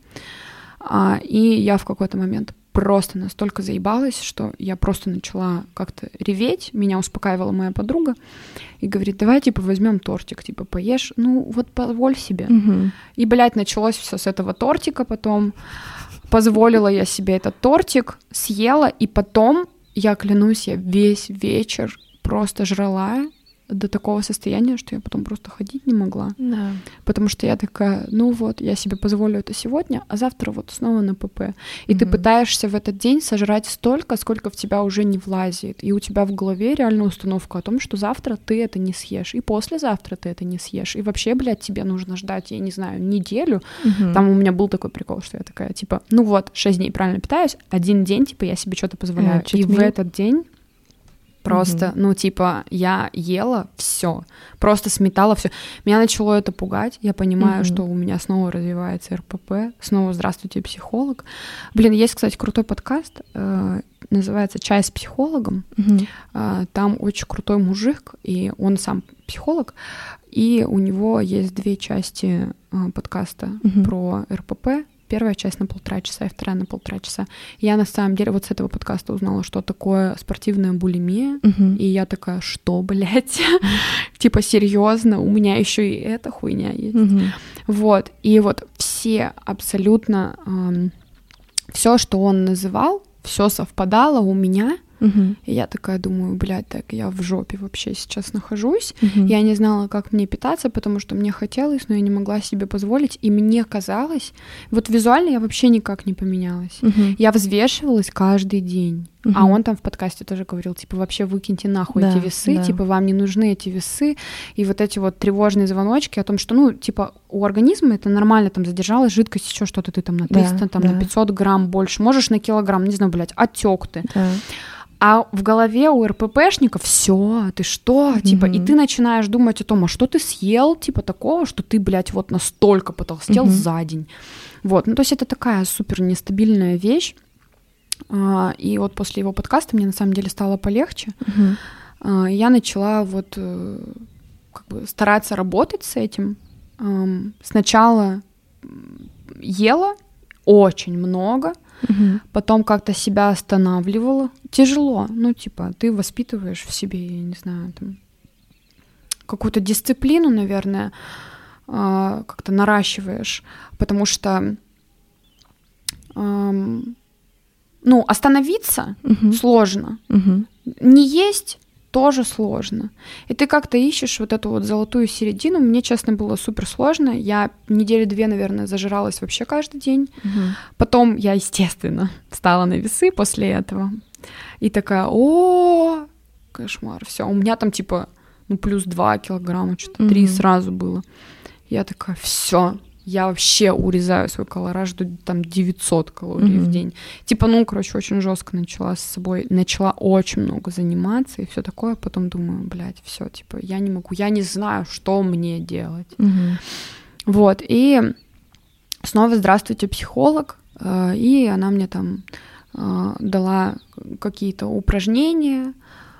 А, и я в какой-то момент просто настолько заебалась, что я просто начала как-то реветь. Меня успокаивала моя подруга и говорит, давай, типа, возьмем тортик, типа, поешь. Ну, вот позволь себе. Угу. И, блядь, началось все с этого тортика потом. Позволила я себе этот тортик, съела, и потом, я клянусь, я весь вечер просто жрала до такого состояния, что я потом просто ходить не могла. Да. Потому что я такая, ну вот, я себе позволю это сегодня, а завтра вот снова на ПП. И mm-hmm. ты пытаешься в этот день сожрать столько, сколько в тебя уже не влазит. И у тебя в голове реально установка о том, что завтра ты это не съешь, и послезавтра ты это не съешь. И вообще, блядь, тебе нужно ждать, я не знаю, неделю. Mm-hmm. Там у меня был такой прикол, что я такая, типа, ну вот, шесть дней правильно питаюсь, один день, типа, я себе что-то позволяю. Mm-hmm. И в этот день просто, mm-hmm. ну, типа, я ела все, просто сметала все. Меня начало это пугать. Я понимаю, mm-hmm. что у меня снова развивается эр пэ пэ. Снова здравствуйте, психолог. Блин, есть, кстати, крутой подкаст, э, называется «Чай с психологом». Mm-hmm. Э, там очень крутой мужик, и он сам психолог, и у него есть две части э, подкаста mm-hmm. про эр пэ пэ. Первая часть на полтора часа и вторая на полтора часа. Я на самом деле вот с этого подкаста узнала, что такое спортивная булимия, uh-huh. и я такая, что, блядь? Типа, серьезно, у меня еще и эта хуйня есть. Uh-huh. Вот, и вот все абсолютно, эм, все, что он называл, все совпадало у меня, Uh-huh. И я такая думаю, блядь, так я в жопе вообще сейчас нахожусь. Uh-huh. Я не знала, как мне питаться, потому что мне хотелось, но я не могла себе позволить. И мне казалось, вот визуально я вообще никак не поменялась. Uh-huh. Я взвешивалась каждый день. Uh-huh. А он там в подкасте тоже говорил, типа, вообще выкиньте нахуй да, эти весы, да. типа, вам не нужны эти весы. И вот эти вот тревожные звоночки о том, что, ну, типа, у организма это нормально, там, задержалась жидкость, еще что-то, ты там на триста, да, там, да. на пятьсот грамм больше, можешь на килограмм, не знаю, блядь, отек ты. Да. А в голове у эр пэ пэшников все, ты что, mm-hmm. типа, и ты начинаешь думать о том, а что ты съел, типа, такого, что ты, блядь, вот настолько потолстел mm-hmm. за день. Вот, ну, то есть это такая супер нестабильная вещь. И вот после его подкаста мне на самом деле стало полегче. Uh-huh. Я начала вот как бы стараться работать с этим. Сначала ела очень много, uh-huh. потом как-то себя останавливала. Тяжело, ну типа ты воспитываешь в себе, я не знаю, там какую-то дисциплину, наверное, как-то наращиваешь, потому что ну, остановиться uh-huh. сложно. Uh-huh. Не есть тоже сложно. И ты как-то ищешь вот эту вот золотую середину. Мне, честно, было супер сложно. Я недели две, наверное, зажиралась вообще каждый день. Uh-huh. Потом я, естественно, встала на весы после этого. И такая, о, кошмар, все. У меня там типа, ну, плюс два килограмма, что-то три uh-huh. сразу было. Я такая, все. Я вообще урезаю свой колораж до там девятьсот калорий mm-hmm. в день. Типа, ну, короче, очень жестко начала с собой, начала очень много заниматься и все такое. Потом думаю, блядь, все, типа, я не могу, я не знаю, что мне делать. Mm-hmm. Вот, и снова здравствуйте, психолог. И она мне там дала какие-то упражнения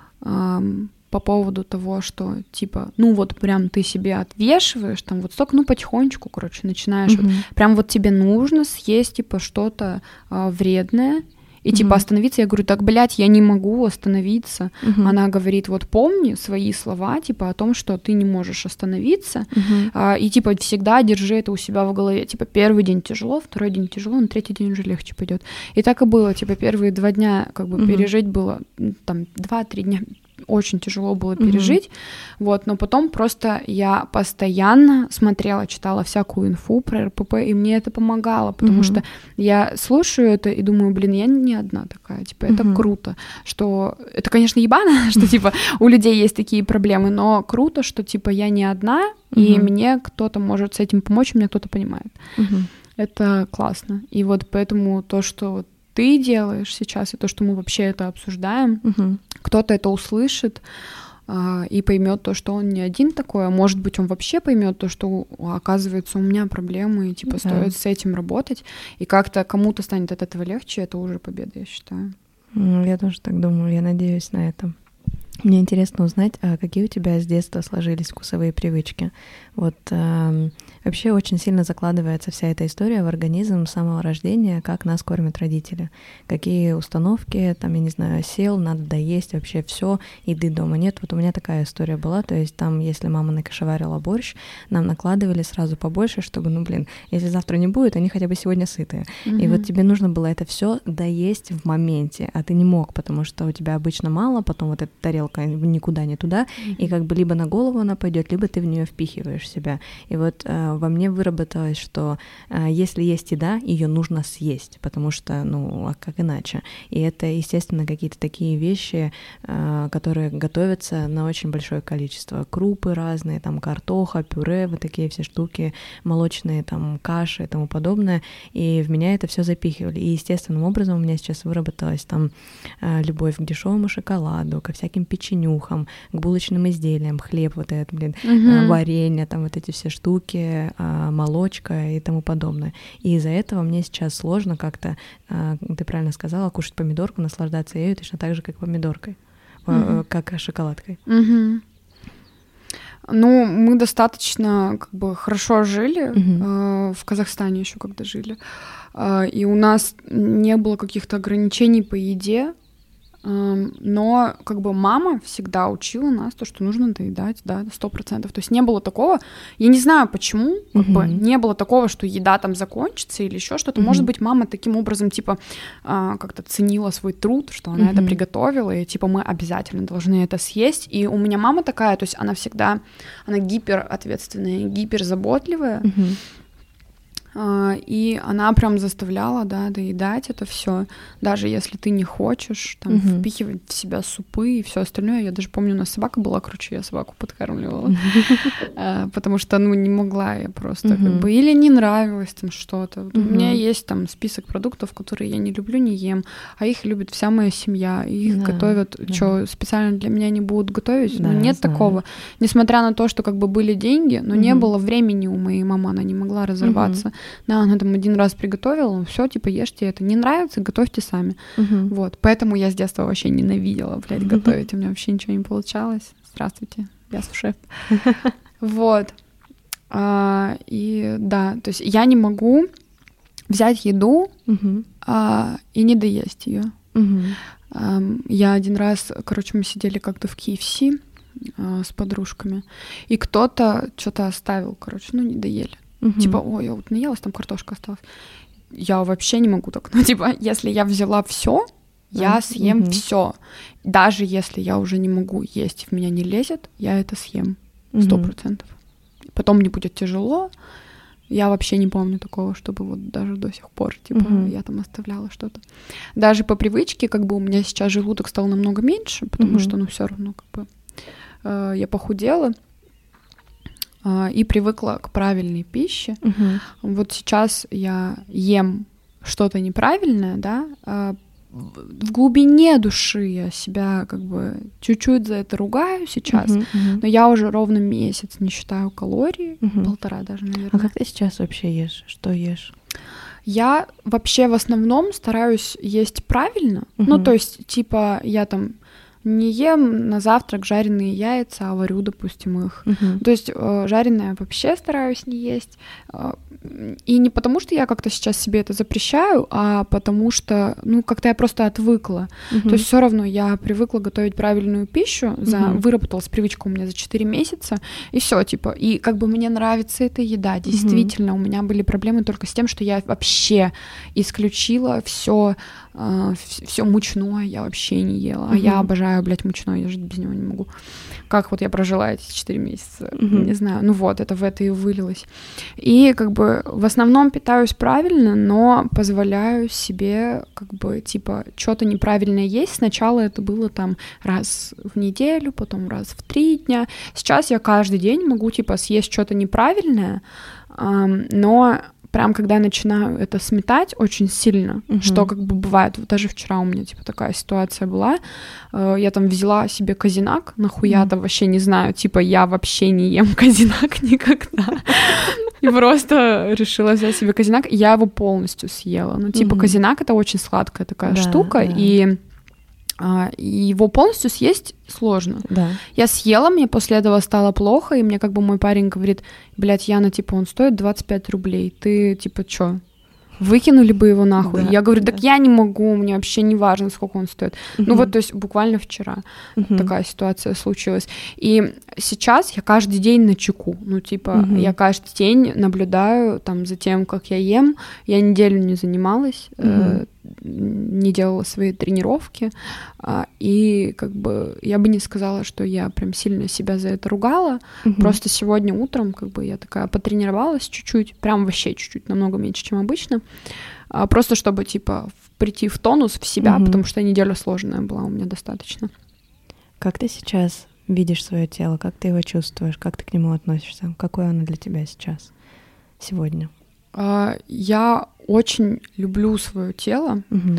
по поводу того, что, типа, ну вот прям ты себе отвешиваешь, там вот столько, ну потихонечку, короче, начинаешь, mm-hmm. вот, прям вот тебе нужно съесть, типа, что-то а, вредное, и, mm-hmm. типа, остановиться. Я говорю, так, блядь, я не могу остановиться. Mm-hmm. Она говорит, вот помни свои слова, типа, о том, что ты не можешь остановиться, mm-hmm. а, и, типа, всегда держи это у себя в голове. Типа, первый день тяжело, второй день тяжело, на третий день уже легче пойдет. И так и было, типа, первые два дня, как бы, mm-hmm. пережить было, там, два-три дня очень тяжело было пережить, mm-hmm. вот, но потом просто я постоянно смотрела, читала всякую инфу про эр пэ пэ, и мне это помогало, потому mm-hmm. что я слушаю это и думаю, блин, я не одна такая, типа, это mm-hmm. круто, что, это, конечно, ебано, что, типа, у людей есть такие проблемы, но круто, что, типа, я не одна, mm-hmm. и мне кто-то может с этим помочь, меня кто-то понимает. Mm-hmm. Это классно, и вот поэтому то, что ты делаешь сейчас, и то, что мы вообще это обсуждаем, uh-huh. кто-то это услышит а, и поймет то, что он не один такой, а может быть, он вообще поймет то, что, оказывается, у меня проблемы, и типа uh-huh. стоит с этим работать, и как-то кому-то станет от этого легче, это уже победа, я считаю. Я тоже так думаю, я надеюсь на это. Мне интересно узнать, а какие у тебя с детства сложились вкусовые привычки? Вот э, вообще очень сильно закладывается вся эта история в организм с самого рождения, как нас кормят родители. Какие установки, там, я не знаю, сел, надо доесть, вообще все, еды дома нет. Вот у меня такая история была, то есть там, если мама накашеварила борщ, нам накладывали сразу побольше, чтобы, ну, блин, если завтра не будет, они хотя бы сегодня сытые. Mm-hmm. И вот тебе нужно было это все доесть в моменте, а ты не мог, потому что у тебя обычно мало, потом вот эта тарелка никуда не туда, mm-hmm. и как бы либо на голову она пойдет, либо ты в нее впихиваешь себя. И вот э, во мне выработалось, что э, если есть еда, ее нужно съесть, потому что, ну, а как иначе? И это, естественно, какие-то такие вещи, э, которые готовятся на очень большое количество. Крупы разные, там картоха, пюре, вот такие все штуки, молочные там каши и тому подобное. И в меня это все запихивали. И естественным образом у меня сейчас выработалась там э, любовь к дешевому шоколаду, ко всяким печенюхам, к булочным изделиям, хлеб вот этот, блин, uh-huh. варенье, там вот эти все штуки, молочка и тому подобное. И из-за этого мне сейчас сложно как-то, ты правильно сказала, кушать помидорку, наслаждаться ею точно так же, как помидоркой, uh-huh. как шоколадкой. Uh-huh. Ну, мы достаточно как бы хорошо жили uh-huh. э, в Казахстане еще, когда жили, э, и у нас не было каких-то ограничений по еде. Но как бы мама всегда учила нас то, что нужно доедать, да, сто процентов. То есть не было такого, я не знаю почему, как uh-huh. бы не было такого, что еда там закончится или еще что-то. Uh-huh. Может быть, мама таким образом типа как-то ценила свой труд, что она uh-huh. это приготовила, и типа мы обязательно должны это съесть. И у меня мама такая, то есть она всегда, она гиперответственная, гиперзаботливая. Uh-huh. И она прям заставляла, да, доедать это все, даже если ты не хочешь, там, uh-huh. впихивать в себя супы и все остальное. Я даже помню, у нас собака была, короче, я собаку подкармливала, uh-huh. потому что, ну, не могла я просто, uh-huh. как бы, или не нравилось там что-то. Uh-huh. У меня есть там список продуктов, которые я не люблю, не ем, а их любит вся моя семья, и их yeah. готовят, yeah. что специально для меня не будут готовить, yeah, ну, нет знаю. Такого. Несмотря на то, что, как бы, были деньги, но uh-huh. не было времени у моей мамы, она не могла разорваться. Uh-huh. Да, она там один раз приготовила, все, типа, ешьте это. Не нравится, готовьте сами. Uh-huh. Вот. Поэтому я с детства вообще ненавидела, блядь, uh-huh. готовить. У меня вообще ничего не получалось. Здравствуйте, я сушеф. Вот. А, и да, то есть я не могу взять еду uh-huh. а, и не доесть ее. Uh-huh. А, я один раз, короче, мы сидели как-то в кей эф си а, с подружками, и кто-то что-то оставил, короче, ну, не доели. Uh-huh. Типа, ой, я вот наелась, там картошка осталась. Я вообще не могу так. Ну, типа, если я взяла все, я съем uh-huh. все. Даже если я уже не могу есть, в меня не лезет, я это съем. Сто процентов. Uh-huh. Потом мне будет тяжело. Я вообще не помню такого, чтобы вот даже до сих пор, типа, uh-huh. я там оставляла что-то. Даже по привычке, как бы, у меня сейчас желудок стал намного меньше, потому uh-huh. что, ну, все равно, как бы, э, я похудела. И привыкла к правильной пище. Uh-huh. Вот сейчас я ем что-то неправильное, да, в глубине души я себя как бы чуть-чуть за это ругаю сейчас, uh-huh, uh-huh. но я уже ровно месяц не считаю калорий, uh-huh. полтора даже, наверное. А как ты сейчас вообще ешь? Что ешь? Я вообще в основном стараюсь есть правильно, uh-huh. ну, то есть, типа, я там не ем на завтрак жареные яйца, а варю, допустим, их. Uh-huh. То есть э, жареное вообще стараюсь не есть. Э, и не потому, что я как-то сейчас себе это запрещаю, а потому что, ну, как-то я просто отвыкла. Uh-huh. То есть все равно я привыкла готовить правильную пищу, за, uh-huh. выработалась привычка у меня за четыре месяца, и все, типа. И как бы мне нравится эта еда. Действительно, uh-huh. у меня были проблемы только с тем, что я вообще исключила все э, все мучное, я вообще не ела. Uh-huh. А я обожаю, блядь, мучное, я жить без него не могу. Как вот я прожила эти четыре месяца, uh-huh. не знаю. Ну вот, это в это и вылилось. И как бы в основном питаюсь правильно, но позволяю себе как бы типа что-то неправильное есть. Сначала это было там раз в неделю, потом раз в три дня. Сейчас я каждый день могу типа съесть что-то неправильное, эм, но прям когда я начинаю это сметать очень сильно, uh-huh. что как бы бывает, вот даже вчера у меня типа такая ситуация была, э, я там взяла себе казинак, нахуя там uh-huh. вообще не знаю, типа я вообще не ем казинак никогда, и просто решила взять себе казинак, и я его полностью съела, ну типа казинак это очень сладкая такая штука, и и его полностью съесть сложно. Да. Я съела, мне после этого стало плохо, и мне как бы мой парень говорит, блядь, Яна, типа, он стоит двадцать пять рублей, ты, типа, чё, выкинули бы его нахуй? Да, я говорю, так да. я не могу, мне вообще не важно, сколько он стоит. Uh-huh. Ну вот, то есть буквально вчера uh-huh. такая ситуация случилась. И сейчас я каждый день на чеку, ну типа uh-huh. я каждый день наблюдаю там за тем, как я ем. Я неделю не занималась, uh-huh. э, не делала свои тренировки, э, и как бы я бы не сказала, что я прям сильно себя за это ругала. Uh-huh. Просто сегодня утром как бы я такая потренировалась чуть-чуть, прям вообще чуть-чуть, намного меньше, чем обычно. Просто чтобы, типа, прийти в тонус, в себя, угу. потому что неделя сложная была у меня достаточно. Как ты сейчас видишь свое тело? Как ты его чувствуешь? Как ты к нему относишься? Какое оно для тебя сейчас, сегодня? Я очень люблю свое тело.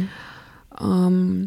Угу.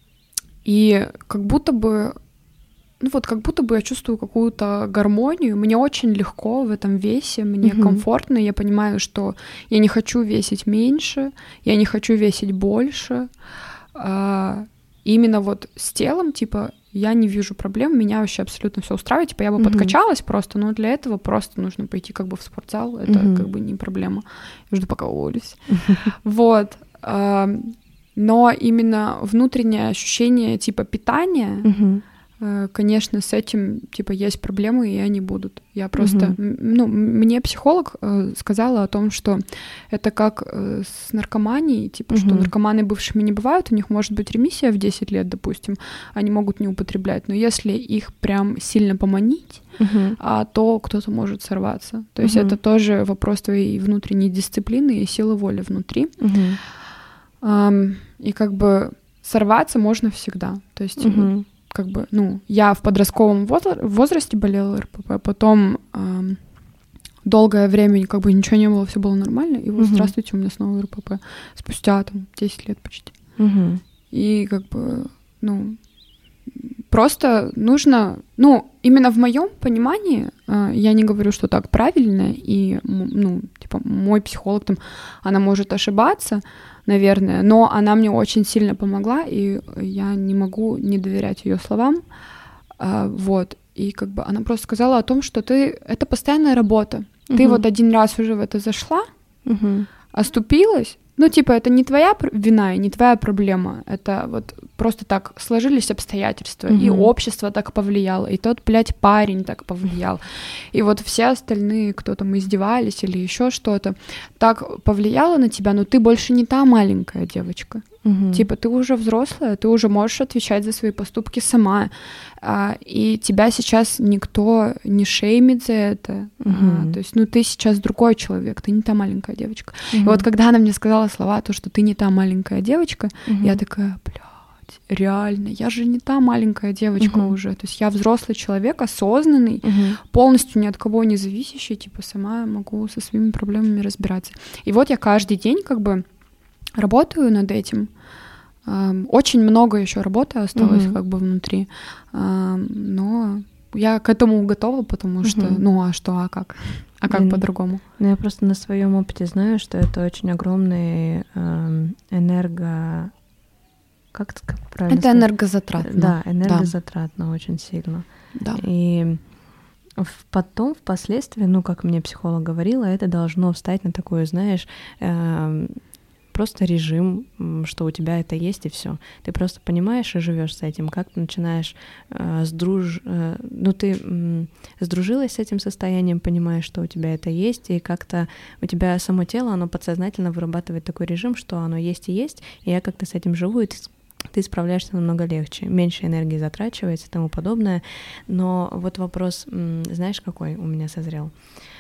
И как будто бы Ну вот, как будто бы я чувствую какую-то гармонию. Мне очень легко в этом весе, мне uh-huh. комфортно. Я понимаю, что я не хочу весить меньше, я не хочу весить больше. А, именно вот с телом, типа, я не вижу проблем, меня вообще абсолютно все устраивает. Типа, я бы uh-huh. подкачалась просто, но для этого просто нужно пойти как бы в спортзал. Это uh-huh. как бы не проблема. Я жду, пока уволюсь. Uh-huh. Вот. А, но именно внутреннее ощущение типа питания, Угу. конечно, с этим типа есть проблемы, и они будут. Я просто, Мгм. ну, мне психолог э, сказала о том, что это как э, с наркоманией, типа, что Мгм. наркоманы бывшими не бывают, у них может быть ремиссия в десять лет, допустим, они могут не употреблять, но если их прям сильно поманить, Угу. а, то кто-то может сорваться. То есть Мгм. это тоже вопрос твоей внутренней дисциплины и силы воли внутри. Угу. Ам, и как бы сорваться можно всегда. То есть Угу. как бы, ну, я в подростковом возра- возрасте болела эр пэ пэ, потом ам, долгое время как бы ничего не было, все было нормально, и вот Мгм. здравствуйте, у меня снова эр пэ пэ. Спустя там десять лет почти. Угу. И как бы, ну, просто нужно, ну, именно в моем понимании, э, я не говорю, что так правильно, и, м, ну, типа, мой психолог там, она может ошибаться, наверное, но она мне очень сильно помогла, и я не могу не доверять ее словам, а, вот, и как бы она просто сказала о том, что ты, это постоянная работа, ты Мгм. вот один раз уже в это зашла, Угу. оступилась, ну, типа, это не твоя пр- вина и не твоя проблема, это вот просто так сложились обстоятельства, и Мгм. общество так повлияло, и тот, блядь, парень так повлиял, и вот все остальные, кто там издевались или еще что-то, так повлияло на тебя, но ты больше не та маленькая девочка. Угу. Типа, ты уже взрослая, ты уже можешь отвечать за свои поступки сама, а, и тебя сейчас никто не шеймит за это. А, Мгм. то есть, ну, ты сейчас другой человек, ты не та маленькая девочка. И Мгм. вот когда она мне сказала слова, то, что ты не та маленькая девочка, Мгм. я такая, блядь, реально, я же не та маленькая девочка Мгм. уже. То есть я взрослый человек, осознанный, Мгм. полностью ни от кого не зависящий, типа, сама могу со своими проблемами разбираться. И вот я каждый день как бы работаю над этим. Ам, Очень много еще работы осталось Мгм. как бы внутри, Ам, но я к этому готова, потому что, Мгм. ну а что, а как? А как Блин, по-другому? Ну, я просто на своем опыте знаю, что это очень огромный эм, энерго... Как это как правильно Это сказать? энергозатратно. Да, энергозатратно очень сильно. Да. И в- потом, впоследствии, ну, как мне психолог говорила, это должно встать на такую, знаешь, эм, просто режим, м, что у тебя это есть, и все. Ты просто понимаешь и живешь с этим, как ты начинаешь э, сдруж... э, ну, ты м, сдружилась с этим состоянием, понимаешь, что у тебя это есть, и как-то у тебя само тело, оно подсознательно вырабатывает такой режим, что оно есть и есть, и я как-то с этим живу, и ты, с- ты справляешься намного легче, меньше энергии затрачивается и тому подобное. Но вот вопрос, м, знаешь, какой у меня созрел?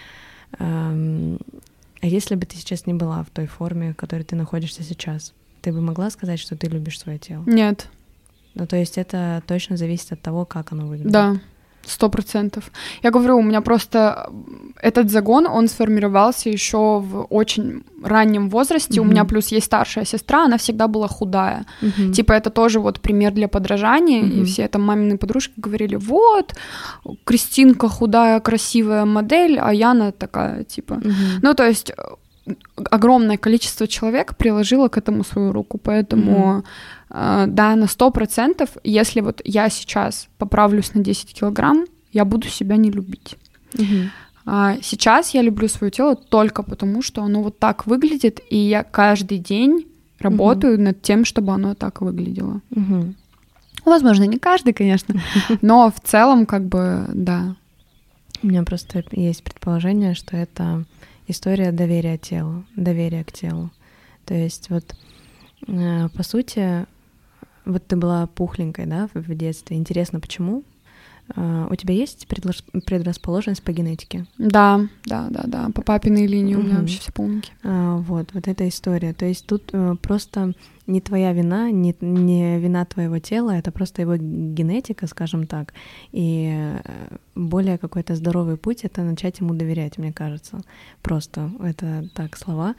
Эм, А если бы ты сейчас не была в той форме, в которой ты находишься сейчас, ты бы могла сказать, что ты любишь свое тело? Нет, Ну, то есть это точно зависит от того, как оно выглядит. да, сто процентов. Я говорю, у меня просто этот загон, он сформировался еще в очень раннем возрасте. У Мгм. меня плюс есть старшая сестра, она всегда была худая. Мгм. Типа это тоже вот пример для подражания, и Мгм. все там мамины подружки говорили, вот, Кристинка худая, красивая модель, а Яна такая, типа. Мгм. Ну, то есть э, огромное количество человек приложило к этому свою руку, поэтому, э, да, на сто процентов, если вот я сейчас поправлюсь на десять килограмм, я буду себя не любить. Мгм. А сейчас я люблю свое тело только потому, что оно вот так выглядит, и я каждый день работаю над тем, чтобы оно так выглядело. Мгм. Возможно, не каждый, конечно, но в целом, как бы, да. У меня просто есть предположение, что это история доверия телу, доверия к телу. То есть вот, э, по сути, вот ты была пухленькой, да, в в детстве. Интересно, почему? Э, У тебя есть предлож- предрасположенность по генетике? Да, да, да, да. По папиной линии у меня Мгм. вообще все полненькие. А, Вот, вот эта история. То есть тут э, просто не твоя вина, не, не вина твоего тела, это просто его генетика, скажем так. И э, более какой-то здоровый путь — это начать ему доверять, мне кажется. Просто это так слова.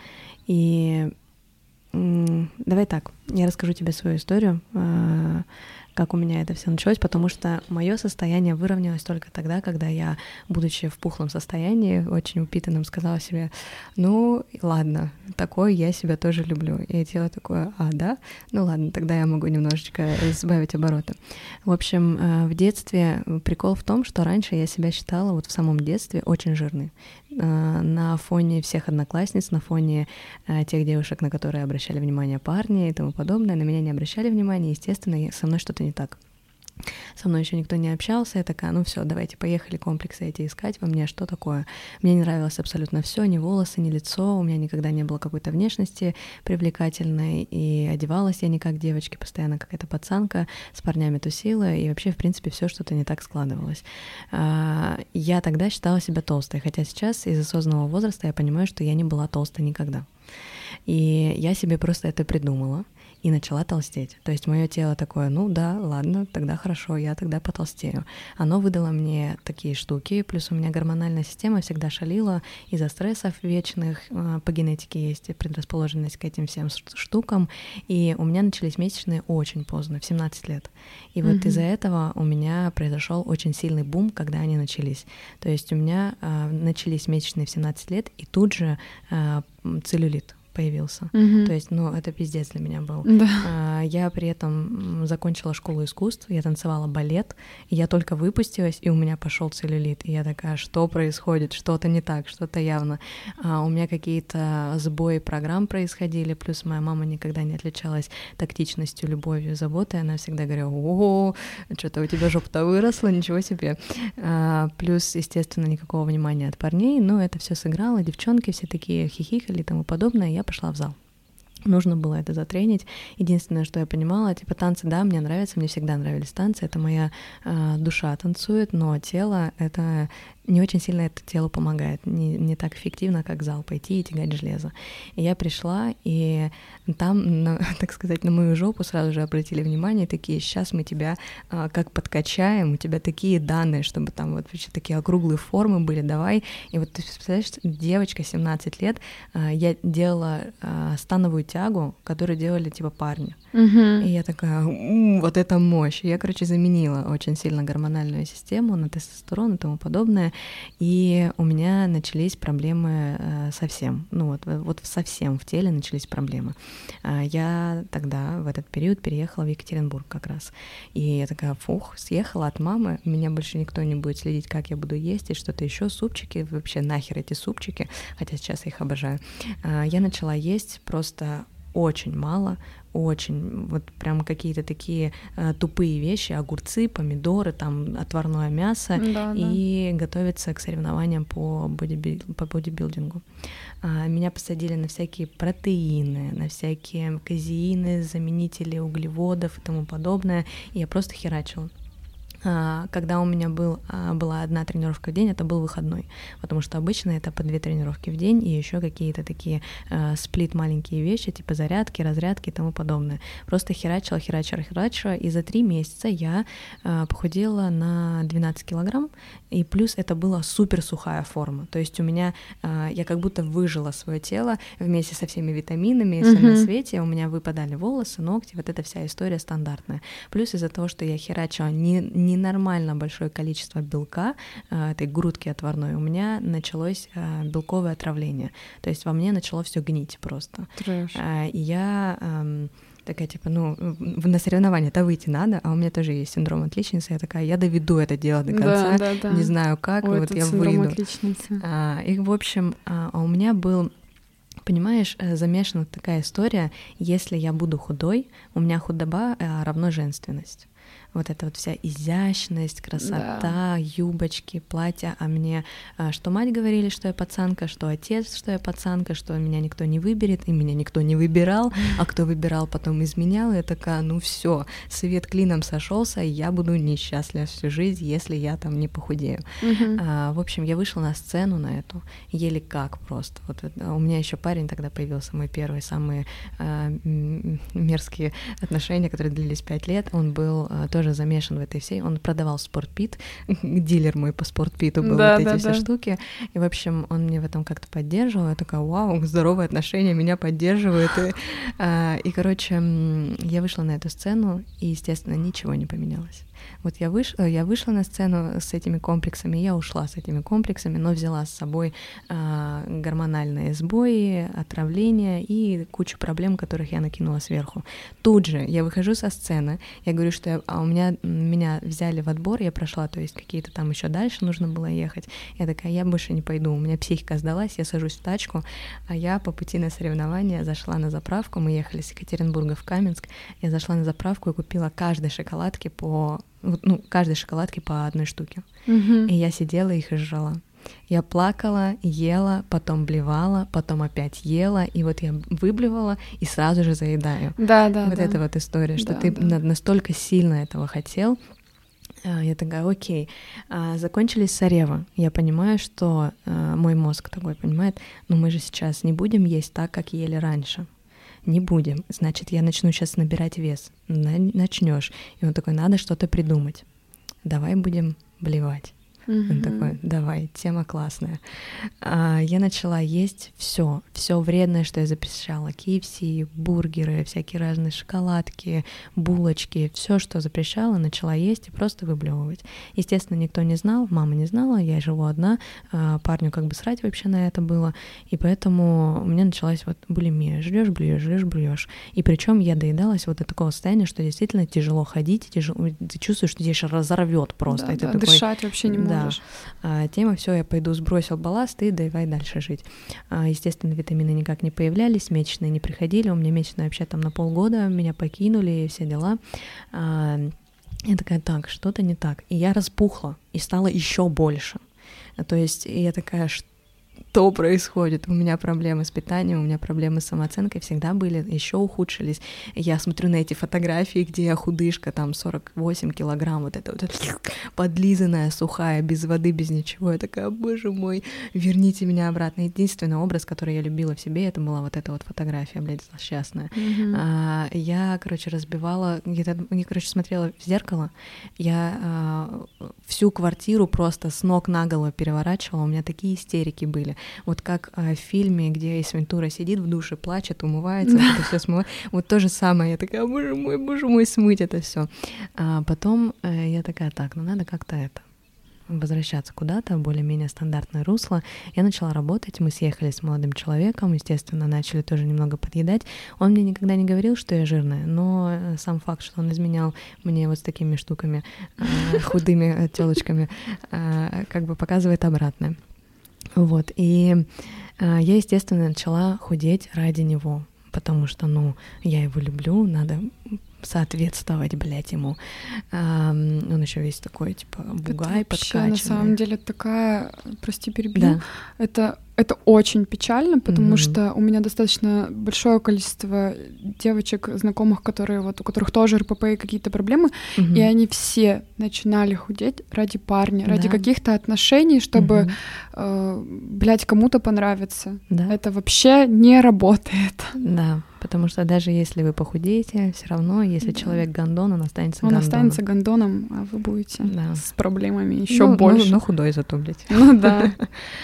И м, давай так, я расскажу тебе свою историю, э, как у меня это все началось, потому что мое состояние выровнялось только тогда, когда я, будучи в пухлом состоянии, очень упитанным, сказала себе, ну, ладно, такое я себя тоже люблю. И тело такое, а, да? Ну ладно, тогда я могу немножечко сбавить обороты. В общем, э, в детстве прикол в том, что раньше я себя считала вот в самом детстве очень жирной. на фоне всех одноклассниц, на фоне тех девушек, на которые обращали внимание парни и тому подобное, на меня не обращали внимания, естественно, со мной что-то не так. Со мной еще никто не общался, я такая, ну все, давайте поехали комплексы эти искать, во мне что такое? Мне не нравилось абсолютно все, ни волосы, ни лицо, у меня никогда не было какой-то внешности привлекательной, и одевалась я не как девочки, постоянно какая-то пацанка, с парнями тусила, и вообще, в принципе, все что-то не так складывалось. Я тогда считала себя толстой, хотя сейчас из осознанного возраста я понимаю, что я не была толстой никогда. И я себе просто это придумала и начала толстеть. То есть мое тело такое, ну да, ладно, тогда хорошо, я тогда потолстею. Оно выдало мне такие штуки, плюс у меня гормональная система всегда шалила из-за стрессов вечных, по генетике есть предрасположенность к этим всем штукам, и у меня начались месячные очень поздно, в семнадцать лет. И вот mm-hmm. из-за этого у меня произошел очень сильный бум, когда они начались. То есть у меня э, начались месячные в семнадцать лет, и тут же э, целлюлит появился. Mm-hmm. То есть, ну, это пиздец для меня был. Да. А, я при этом закончила школу искусств, я танцевала балет, и я только выпустилась, и у меня пошел целлюлит. И я такая, что происходит? Что-то не так, что-то явно. А, у меня какие-то сбои программ происходили, плюс моя мама никогда не отличалась тактичностью, любовью, заботой. Она всегда говорила, ого, что-то у тебя жопа-то выросла, ничего себе. А, плюс, естественно, никакого внимания от парней, но это все сыграло, девчонки все такие хихикали и тому подобное. Я пошла в зал. Нужно было это затренить. Единственное, что я понимала, типа танцы, да, мне нравятся, мне всегда нравились танцы, это моя э, душа танцует, но тело, это не очень сильно это телу помогает, не, не так эффективно, как в зал пойти и тягать железо. И я пришла, и там, на, так сказать, на мою жопу сразу же обратили внимание, такие, сейчас мы тебя э, как подкачаем, у тебя такие данные, чтобы там вот вообще такие округлые формы были, давай. И вот ты представляешь, девочка, семнадцать лет, э, я делала э, становую тягу, которую делали типа парни. Uh-huh. И я такая, м-м, вот это мощь. Я, короче, заменила очень сильно гормональную систему на тестостерон и тому подобное. И у меня начались проблемы э, совсем. Ну вот, вот совсем в теле начались проблемы. А я тогда в этот период переехала в Екатеринбург как раз. И я такая, фух, съехала от мамы, меня больше никто не будет следить, как я буду есть, и что-то еще, супчики, вообще нахер эти супчики, хотя сейчас я их обожаю. А я начала есть просто очень мало, очень, вот прям какие-то такие э, тупые вещи, огурцы, помидоры, там отварное мясо, да, и да. готовиться к соревнованиям по, бодибил, по бодибилдингу. А, меня посадили на всякие протеины, на всякие казеины, заменители углеводов и тому подобное, и я просто херачила. Когда у меня был, была одна тренировка в день, это был выходной, потому что обычно это по две тренировки в день и еще какие-то такие э, сплит маленькие вещи, типа зарядки, разрядки и тому подобное. Просто херачила, херачила, херачила, и за три месяца я э, похудела на двенадцать килограмм, и плюс это была супер сухая форма, то есть у меня, э, я как будто выжила свое тело вместе со всеми витаминами и всем на свете, у меня выпадали волосы, ногти, вот эта вся история стандартная. Плюс из-за того, что я херачила не, не ненормально большое количество белка, этой грудки отварной, у меня началось белковое отравление. То есть во мне начало все гнить просто. Трэш. И я такая, типа, ну, на соревнования-то выйти надо, а у меня тоже есть синдром отличницы, я такая, я доведу это дело до конца, да, да, да. не знаю как, Ой, и вот я синдром выйду. Отличницы. И, в общем, а у меня был... Понимаешь, замешана такая история, если я буду худой, у меня худоба равно женственность. Вот эта вот вся изящность, красота, да. юбочки, платья, а мне что мать говорили, что я пацанка, что отец, что я пацанка, что меня никто не выберет, и меня никто не выбирал, а кто выбирал, потом изменял, и я такая, ну все, свет клином сошелся, и я буду несчастлива всю жизнь, если я там не похудею. Uh-huh. А, в общем, я вышла на сцену на эту, еле как просто. Вот, вот, у меня еще парень тогда появился, мой первый, самые а, мерзкие отношения, которые длились пять лет, он был а, тоже замешан в этой всей, он продавал спортпит, дилер мой по спортпиту был, да, вот да, эти да. все штуки, и, в общем, он мне в этом как-то поддерживал, я такая, вау, здоровые отношения, меня поддерживают, и, а, и, короче, я вышла на эту сцену, и, естественно, ничего не поменялось. Вот я вышла, я вышла на сцену с этими комплексами, я ушла с этими комплексами, но взяла с собой а, гормональные сбои, отравления и кучу проблем, которых я накинула сверху. Тут же я выхожу со сцены, я говорю, что я, а у меня, меня взяли в отбор, я прошла, то есть какие-то там еще дальше нужно было ехать. Я такая, я больше не пойду, у меня психика сдалась, я сажусь в тачку, а я по пути на соревнования зашла на заправку, мы ехали с Екатеринбурга в Каменск, я зашла на заправку и купила каждой шоколадке по, ну, каждой шоколадке по одной штуке. Mm-hmm. И я сидела их и жрала. Я плакала, ела, потом блевала, потом опять ела, и вот я выблевала и сразу же заедаю. Да, да, вот да. эта вот история, что да, ты да. настолько сильно этого хотел. Я такая, окей, закончились соревы. Я понимаю, что мой мозг такой понимает, ну мы же сейчас не будем есть так, как ели раньше. Не будем. Значит, я начну сейчас набирать вес. Начнешь. И он такой, надо что-то придумать. Давай будем блевать. Mm-hmm. Он такой, давай, тема классная. А, я начала есть все, все вредное, что я запрещала. кей эф си, бургеры, всякие разные шоколадки, булочки, все, что запрещала, начала есть и просто выблевывать. Естественно, никто не знал, мама не знала, я живу одна, а, парню как бы срать вообще на это было, и поэтому у меня началась вот булимия. Жрёшь, блюешь, жрёшь, блюешь. И причем я доедалась вот до такого состояния, что действительно тяжело ходить, тяжело, ты чувствуешь, что тебя сейчас разорвет просто. Да, и ты да, такой, дышать вообще не можешь. Да. А, тема все, я пойду сбросил балласт и давай дальше жить. А, естественно, витамины никак не появлялись, месячные не приходили, у меня месячные вообще там на полгода, меня покинули и все дела. А, я такая, так, что-то не так. И я распухла, и стало еще больше. А, то есть я такая, что происходит? У меня проблемы с питанием, у меня проблемы с самооценкой всегда были, еще ухудшились. Я смотрю на эти фотографии, где я худышка, там сорок восемь килограмм, вот это вот подлизанная, сухая, без воды, без ничего. Я такая, боже мой, верните меня обратно. Единственный образ, который я любила в себе, это была вот эта вот фотография, блядь, злосчастная. Mm-hmm. А, я, короче, разбивала, где-то, я, короче, смотрела в зеркало, я а, всю квартиру просто с ног на голову переворачивала, у меня такие истерики были. Вот как а, в фильме, где Эйс Вентура сидит в душе, плачет, умывается, вот это все смывает. Вот то же самое. Я такая, боже мой, боже мой, смыть это все. А потом э, я такая, так, ну надо как-то это возвращаться куда-то, более-менее стандартное русло. Я начала работать, мы съехали с молодым человеком, естественно, начали тоже немного подъедать. Он мне никогда не говорил, что я жирная, но сам факт, что он изменял мне вот с такими штуками, э, худыми тёлочками, э, как бы показывает обратное. Вот, и э, я, естественно, начала худеть ради него, потому что, ну, я его люблю, надо соответствовать, блядь, ему. А, он еще весь такой, типа, бугай, это вообще, подкачанный. На самом деле такая, прости, перебью, да. это, это очень печально, потому mm-hmm. что у меня достаточно большое количество девочек, знакомых, которые вот, у которых тоже эр пэ пэ и какие-то проблемы, mm-hmm. и они все начинали худеть ради парня, да. ради каких-то отношений, чтобы, mm-hmm. э, блядь, кому-то понравиться. Да. Это вообще не работает. Да. Потому что даже если вы похудеете, все равно, если да. человек гондон, он останется он гондоном. Он останется гондоном, а вы будете да. с проблемами еще ну, больше. Ну, ну, худой зато, блядь. Ну да.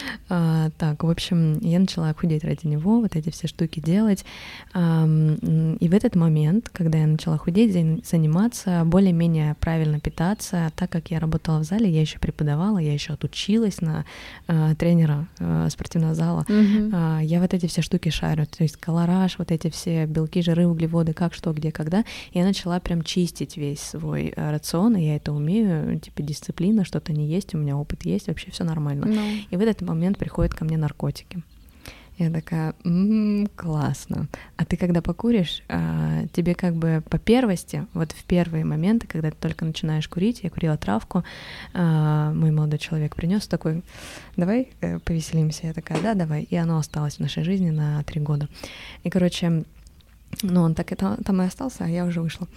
а, так, в общем, я начала худеть ради него, вот эти все штуки делать. А, и в этот момент, когда я начала худеть, заниматься, более-менее правильно питаться, так как я работала в зале, я еще преподавала, я еще отучилась на а, тренера а, спортивного зала. Угу. А, я вот эти все штуки шарю, то есть колораж, вот эти все белки, жиры, углеводы, как, что, где, когда. Я начала прям чистить весь свой рацион, и я это умею, типа дисциплина, что-то не есть, у меня опыт есть, вообще все нормально. No. И в этот момент приходят ко мне наркотики. Я такая, м-м, классно. А ты когда покуришь, а, тебе как бы по первости, вот в первые моменты, когда ты только начинаешь курить, я курила травку, а, мой молодой человек принес такой, давай э, повеселимся. Я такая, да, давай. И оно осталось в нашей жизни на три года. И, короче, ну, он так и там, там и остался, а я уже вышла.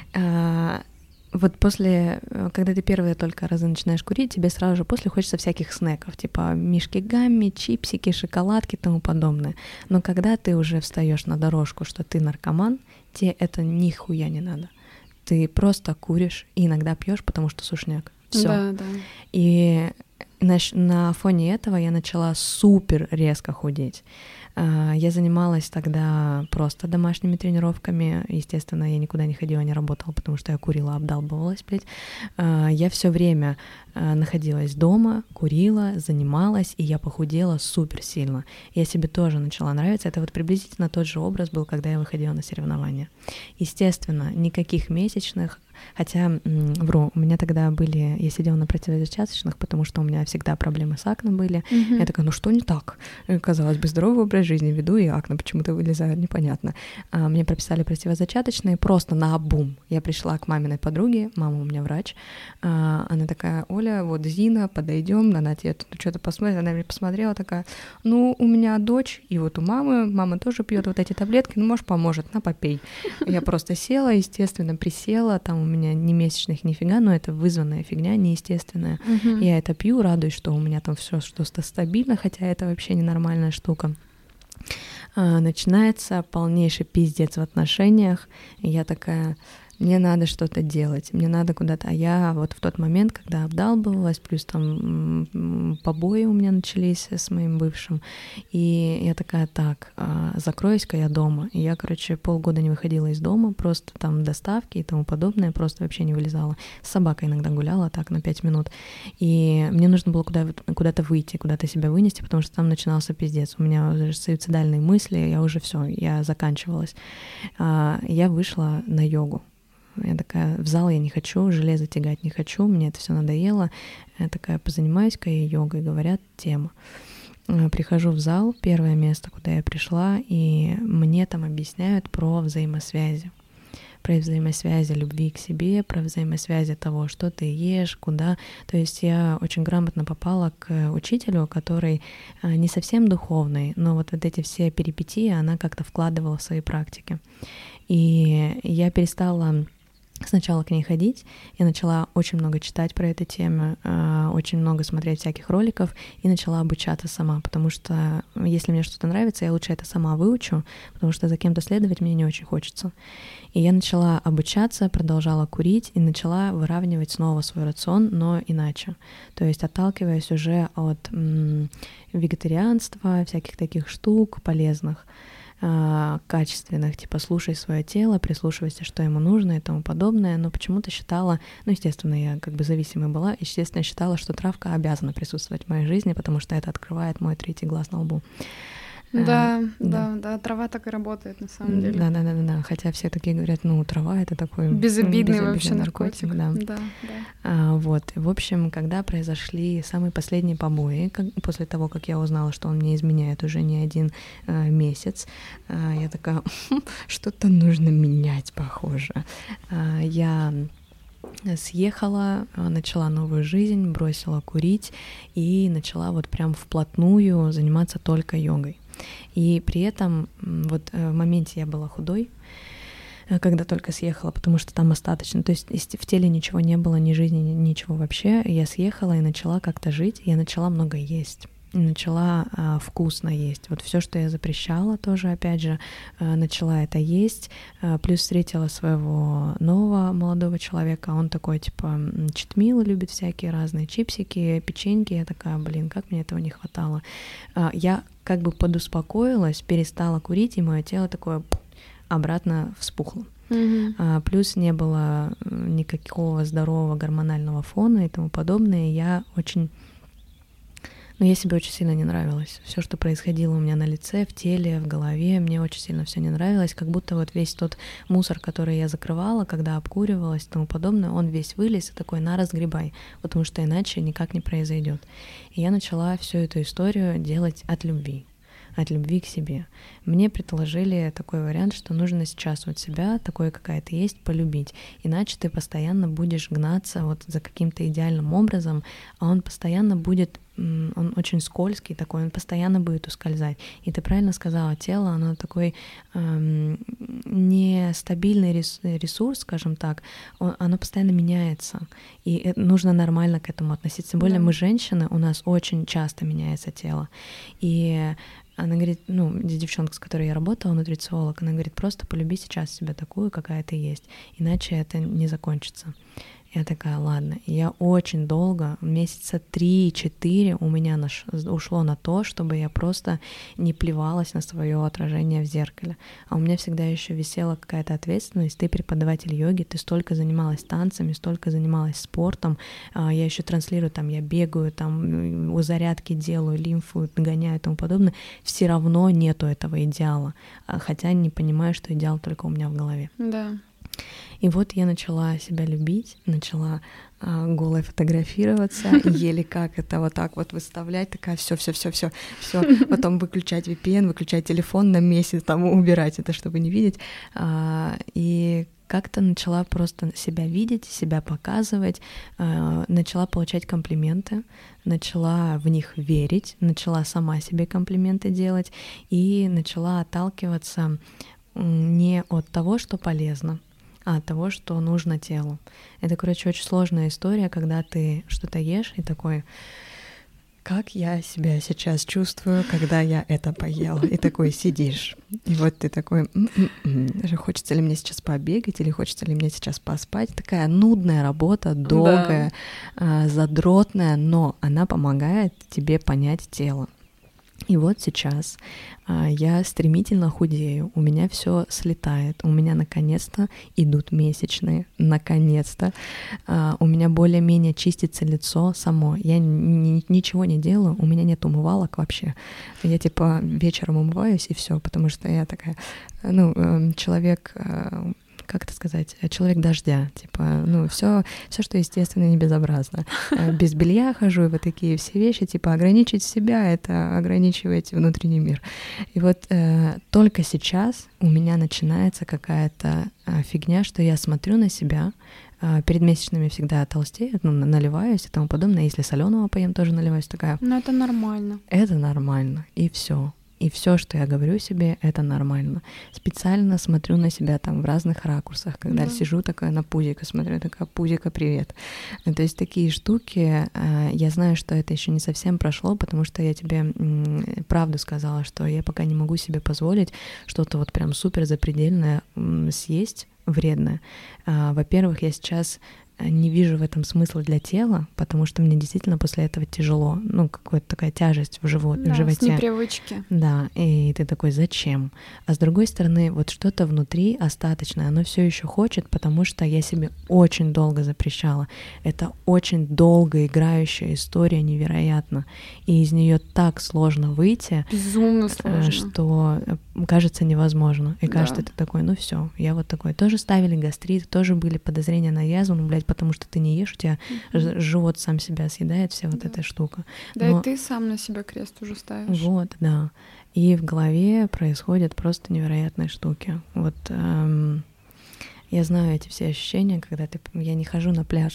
А, вот после, когда ты первые только разы начинаешь курить, тебе сразу же после хочется всяких снеков, типа мишки гамми, чипсики, шоколадки и тому подобное. Но когда ты уже встаешь на дорожку, что ты наркоман, тебе это нихуя не надо. Ты просто куришь и иногда пьешь, потому что сушняк. Все. Да, да. И на, на фоне этого я начала супер резко худеть. Я занималась тогда просто домашними тренировками. Естественно, я никуда не ходила, не работала, потому что я курила, обдалбывалась, блядь. Я все время находилась дома, курила, занималась, и я похудела супер сильно. Я себе тоже начала нравиться. Это вот приблизительно тот же образ был, когда я выходила на соревнования. Естественно, никаких месячных, Хотя, м, вру, у меня тогда были... Я сидела на противозачаточных, потому что у меня всегда проблемы с акне были. Mm-hmm. Я такая, ну что не так? Казалось бы, здоровый образ жизни веду, и акне почему-то вылезают, непонятно. А, мне прописали противозачаточные просто наобум. Я пришла к маминой подруге, мама у меня врач, а, она такая, Оля, вот Зина, подойдем, она тебе что-то посмотрит. Она мне посмотрела, такая, ну, у меня дочь, и вот у мамы, мама тоже пьет вот эти таблетки, ну, может, поможет, на, попей. Я просто села, естественно, присела, там у меня ни месячных, нифига, но это вызванная фигня, неестественная. Uh-huh. Я это пью, радуюсь, что у меня там все что-то стабильно, хотя это вообще ненормальная штука. А, начинается полнейший пиздец в отношениях, и я такая... Мне надо что-то делать, мне надо куда-то... А я вот в тот момент, когда обдалбывалась, плюс там побои у меня начались с моим бывшим, и я такая, так, закроюсь-ка я дома. И я, короче, полгода не выходила из дома, просто там доставки и тому подобное, просто вообще не вылезала. С собакой иногда гуляла так на пять минут. И мне нужно было куда- куда-то выйти, куда-то себя вынести, потому что там начинался пиздец. У меня уже суицидальные мысли, я уже все, я заканчивалась. Я вышла на йогу. Я такая, в зал я не хочу, железо тягать не хочу, мне это все надоело. Я такая, позанимаюсь-ка я йогой, говорят, тема. Прихожу в зал, первое место, куда я пришла, и мне там объясняют про взаимосвязи. Про взаимосвязи любви к себе, про взаимосвязи того, что ты ешь, куда. То есть я очень грамотно попала к учителю, который не совсем духовный, но вот, вот эти все перипетии она как-то вкладывала в свои практики. И я перестала сначала к ней ходить, я начала очень много читать про эту тему, очень много смотреть всяких роликов и начала обучаться сама, потому что если мне что-то нравится, я лучше это сама выучу, потому что за кем-то следовать мне не очень хочется. И я начала обучаться, продолжала курить и начала выравнивать снова свой рацион, но иначе. То есть отталкиваясь уже от м- вегетарианства, всяких таких штук полезных, качественных, типа слушай свое тело, прислушивайся, что ему нужно и тому подобное, но почему-то считала, ну, естественно, я как бы зависимой была, и, естественно, считала, что травка обязана присутствовать в моей жизни, потому что это открывает мой третий глаз на лбу. Да, а, да, да, да, трава так и работает на самом деле. Да, да, да, да, да. Хотя все такие говорят, ну, трава это такой безобидный, безобидный вообще наркотик, наркотик. да. Да, да. А, вот. В общем, когда произошли самые последние побои, как, после того, как я узнала, что он мне изменяет уже не один а, месяц, а, я такая, что-то нужно менять, похоже. А, я съехала, начала новую жизнь, бросила курить и начала вот прям вплотную заниматься только йогой. И при этом вот в моменте я была худой, когда только съехала, потому что там остаточно, то есть в теле ничего не было, ни жизни, ничего вообще. Я съехала и начала как-то жить, я начала много есть. Начала а, вкусно есть. Вот все, что я запрещала, тоже, опять же, а, начала это есть. А, плюс встретила своего нового молодого человека. Он такой, типа, читмил, любит всякие разные чипсики, печеньки. Я такая, блин, как мне этого не хватало. А, я как бы подуспокоилась, перестала курить, и мое тело такое обратно вспухло. Mm-hmm. А, плюс не было никакого здорового гормонального фона и тому подобное. Я очень... Но я себе очень сильно не нравилась. Все, что происходило у меня на лице, в теле, в голове, мне очень сильно все не нравилось. Как будто вот весь тот мусор, который я закрывала, когда обкуривалась и тому подобное, он весь вылез и такой, на, разгребай, потому что иначе никак не произойдет. И я начала всю эту историю делать от любви. От любви к себе. Мне предложили такой вариант, что нужно сейчас вот себя, такой, какая ты есть, полюбить. Иначе ты постоянно будешь гнаться вот за каким-то идеальным образом, а он постоянно будет, он очень скользкий такой, он постоянно будет ускользать. И ты правильно сказала, тело, оно такой эм, нестабильный ресурс, скажем так, он, оно постоянно меняется. И нужно нормально к этому относиться. Тем более да. Мы женщины, у нас очень часто меняется тело. И она говорит, ну, девчонка, с которой я работала, нутрициолог, она говорит, просто полюби сейчас себя такую, какая ты есть, иначе это не закончится. Я такая, ладно. И я очень долго, месяца три-четыре у меня наш, ушло на то, чтобы я просто не плевалась на свое отражение в зеркале. А у меня всегда еще висела какая-то ответственность. Ты преподаватель йоги, ты столько занималась танцами, столько занималась спортом. Я еще транслирую, там, я бегаю, там, у зарядки делаю, лимфу гоняю и тому подобное. Все равно нету этого идеала. Хотя не понимаю, что идеал только у меня в голове. Да. И вот я начала себя любить, начала а, голой фотографироваться, еле как это вот так вот выставлять, такая все, все, все, все, все, потом выключать ви пи эн, выключать телефон на месяц, там убирать это, чтобы не видеть. А, и как-то начала просто себя видеть, себя показывать, э, начала получать комплименты, начала в них верить, начала сама себе комплименты делать и начала отталкиваться не от того, что полезно, а от того, что нужно телу. Это, короче, очень сложная история, когда ты что-то ешь и такой... Как я себя сейчас чувствую, когда я это поел? И такой сидишь. И вот ты такой, м-м-м, хочется ли мне сейчас побегать или хочется ли мне сейчас поспать? Такая нудная работа, долгая, да. задротная, но она помогает тебе понять тело. И вот сейчас а, я стремительно худею, у меня все слетает, у меня наконец-то идут месячные, наконец-то а, у меня более-менее чистится лицо само, я н- ничего не делаю, у меня нет умывалок вообще, я типа вечером умываюсь и все, потому что я такая, ну, человек... как это сказать, человек дождя, типа, ну, все, все, что естественно, не безобразно. Без белья хожу, и вот такие все вещи, типа, ограничить себя — это ограничивать внутренний мир. И вот э, только сейчас у меня начинается какая-то э, фигня, что я смотрю на себя, э, перед месячными всегда толстею, ну, наливаюсь и тому подобное, если соленого поем, тоже наливаюсь, такая. Ну, это нормально. Это нормально, и все. И все, что я говорю себе, это нормально. Специально смотрю на себя там в разных ракурсах, когда да. сижу такая на пузико, смотрю, такая, пузико, привет. То есть такие штуки, я знаю, что это еще не совсем прошло, потому что я тебе правду сказала, что я пока не могу себе позволить что-то вот прям супер запредельное съесть, вредное. Во-первых, я сейчас не вижу в этом смысла для тела, потому что мне действительно после этого тяжело, ну, какая-то такая тяжесть в, живот, да, в животе. С непривычки. Да, и ты такой, зачем? А с другой стороны, вот что-то внутри остаточное, оно все еще хочет, потому что я себе очень долго запрещала. Это очень долго играющая история, невероятно. И из нее так сложно выйти, безумно сложно, что кажется невозможно. И да. кажется, ты такой, ну все, я вот такой. Тоже ставили гастрит, тоже были подозрения на язву, ну, блядь, потому что ты не ешь, у тебя mm-hmm. живот сам себя съедает, вся вот да. эта штука. Да, Но... и ты сам на себя крест уже ставишь. Вот, да. И в голове происходят просто невероятные штуки. Вот эм, я знаю эти все ощущения, когда ты... Я не хожу на пляж.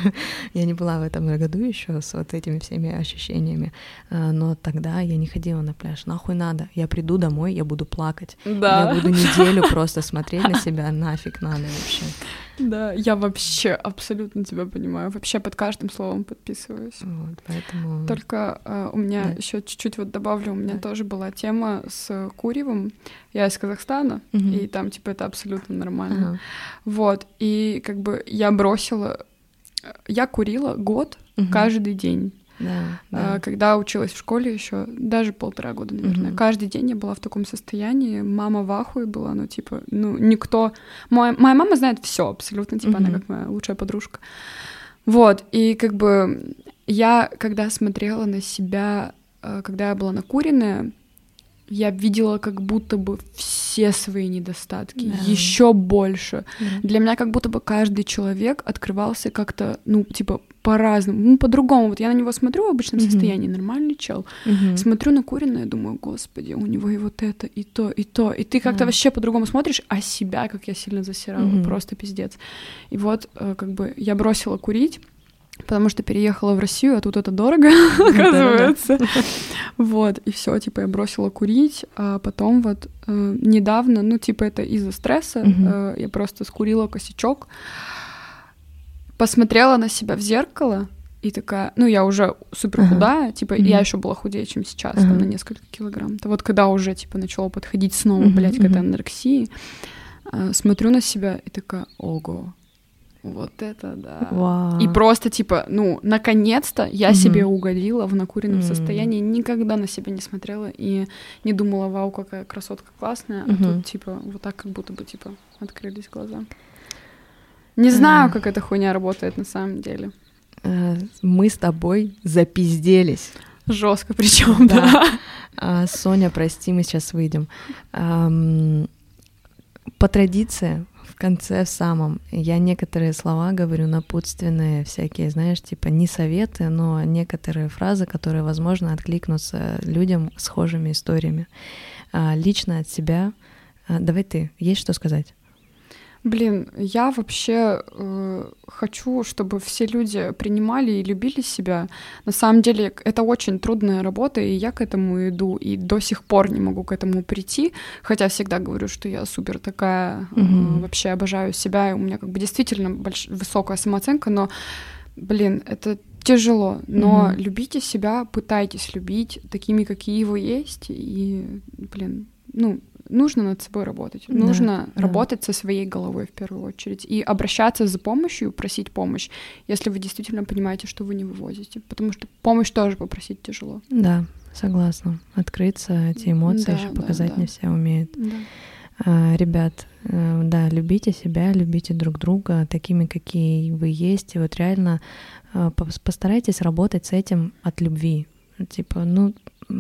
Я не была в этом году еще с вот этими всеми ощущениями, но тогда я не ходила на пляж. Нахуй надо. Я приду домой, я буду плакать. Да. Я буду неделю просто смотреть на себя. Нафиг надо вообще. Да, я вообще абсолютно тебя понимаю. Вообще под каждым словом подписываюсь. Вот, поэтому... Только э, у меня да. еще чуть-чуть вот добавлю, у меня да. тоже была тема с куревом. Я из Казахстана, угу. и там типа это абсолютно нормально. Ага. Вот, и как бы я бросила... Я курила год угу. каждый день. Да, да. Когда училась в школе еще, даже полтора года, наверное. Mm-hmm. Каждый день я была в таком состоянии. Мама в ахуе была, ну, типа, ну, никто... Моя, моя мама знает все абсолютно, типа, mm-hmm. она как моя лучшая подружка. Вот, и как бы я, когда смотрела на себя, когда я была накуренная, я видела как будто бы все свои недостатки, да. еще больше. Да. Для меня как будто бы каждый человек открывался как-то, ну, типа, по-разному, ну, по-другому. Вот я на него смотрю в обычном mm-hmm. состоянии, нормальный чел. Mm-hmm. Смотрю на куриное, думаю, господи, у него и вот это, и то, и то. И ты как-то mm-hmm. вообще по-другому смотришь, а себя, как я сильно засирала, mm-hmm. просто пиздец. И вот, как бы, я бросила курить, потому что переехала в Россию, а тут это дорого, оказывается. Вот, и все, типа, я бросила курить, а потом вот э, недавно, ну, типа, это из-за стресса, э, я просто скурила косячок, посмотрела на себя в зеркало и такая, ну, я уже супер худая, типа, я еще была худее, чем сейчас, там, на несколько килограмм. То вот когда уже, типа, начала подходить снова, блядь, к этой анорексии, э, смотрю на себя и такая, ого. Вот это да. Вау. И просто, типа, ну, наконец-то я mm-hmm. себе угодила в накуренном mm-hmm. состоянии, никогда на себя не смотрела и не думала, вау, какая красотка классная, mm-hmm. а тут, типа, вот так как будто бы, типа, открылись глаза. Не знаю, mm-hmm. как эта хуйня работает на самом деле. Uh, мы с тобой запизделись. Жестко причем, да. да. Uh, Соня, прости, мы сейчас выйдем. Um, по традиции в конце, в самом, я некоторые слова говорю напутственные, всякие, знаешь, типа не советы, но некоторые фразы, которые, возможно, откликнутся людям с схожими историями. Лично от себя. Давай ты, есть что сказать? Блин, я вообще э, хочу, чтобы все люди принимали и любили себя. На самом деле это очень трудная работа, и я к этому иду, и до сих пор не могу к этому прийти, хотя всегда говорю, что я супер такая, mm-hmm. э, вообще обожаю себя, и у меня как бы действительно больш... высокая самооценка, но, блин, это тяжело, но mm-hmm. любите себя, пытайтесь любить такими, какие вы есть, и, блин, ну... Нужно над собой работать, да, нужно да. работать со своей головой в первую очередь и обращаться за помощью, просить помощь, если вы действительно понимаете, что вы не вывозите, потому что помощь тоже попросить тяжело. Да, согласна. Открыться, эти эмоции да, еще да, показать да. не все умеют. Да. А, ребят, да, любите себя, любите друг друга такими, какие вы есть, и вот реально постарайтесь работать с этим от любви. Типа, ну...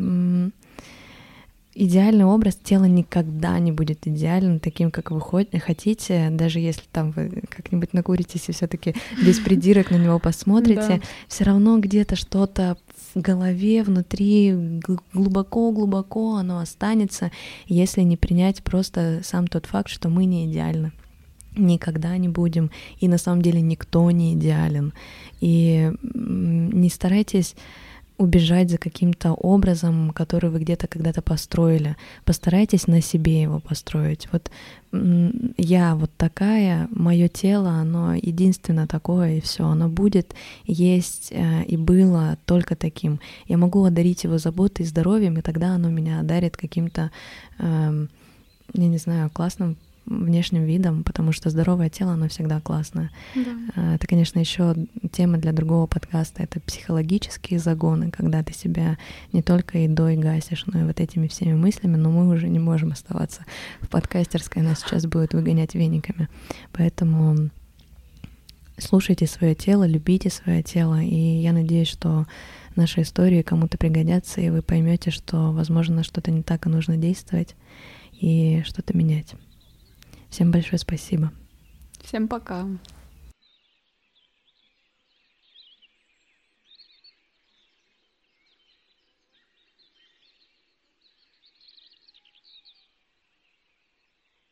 Идеальный образ тела никогда не будет идеальным, таким, как вы хотите, даже если там вы как-нибудь накуритесь и все-таки без придирок на него посмотрите, да. все равно где-то что-то в голове, внутри, глубоко-глубоко оно останется, если не принять просто сам тот факт, что мы не идеальны. Никогда не будем, и на самом деле никто не идеален. И не старайтесь убежать за каким-то образом, который вы где-то когда-то построили. Постарайтесь на себе его построить. Вот я вот такая, мое тело, оно единственно такое, и все, оно будет, есть и было только таким. Я могу одарить его заботой и здоровьем, и тогда оно меня одарит каким-то, я не знаю, классным внешним видом, потому что здоровое тело, оно всегда классное. Да. Это, конечно, еще тема для другого подкаста. Это психологические загоны, когда ты себя не только едой гасишь, но и вот этими всеми мыслями, но мы уже не можем оставаться в подкастерской, нас сейчас будут выгонять вениками. Поэтому слушайте свое тело, любите свое тело, и я надеюсь, что наши истории кому-то пригодятся, и вы поймете, что, возможно, что-то не так, и нужно действовать и что-то менять. Всем большое спасибо. Всем пока.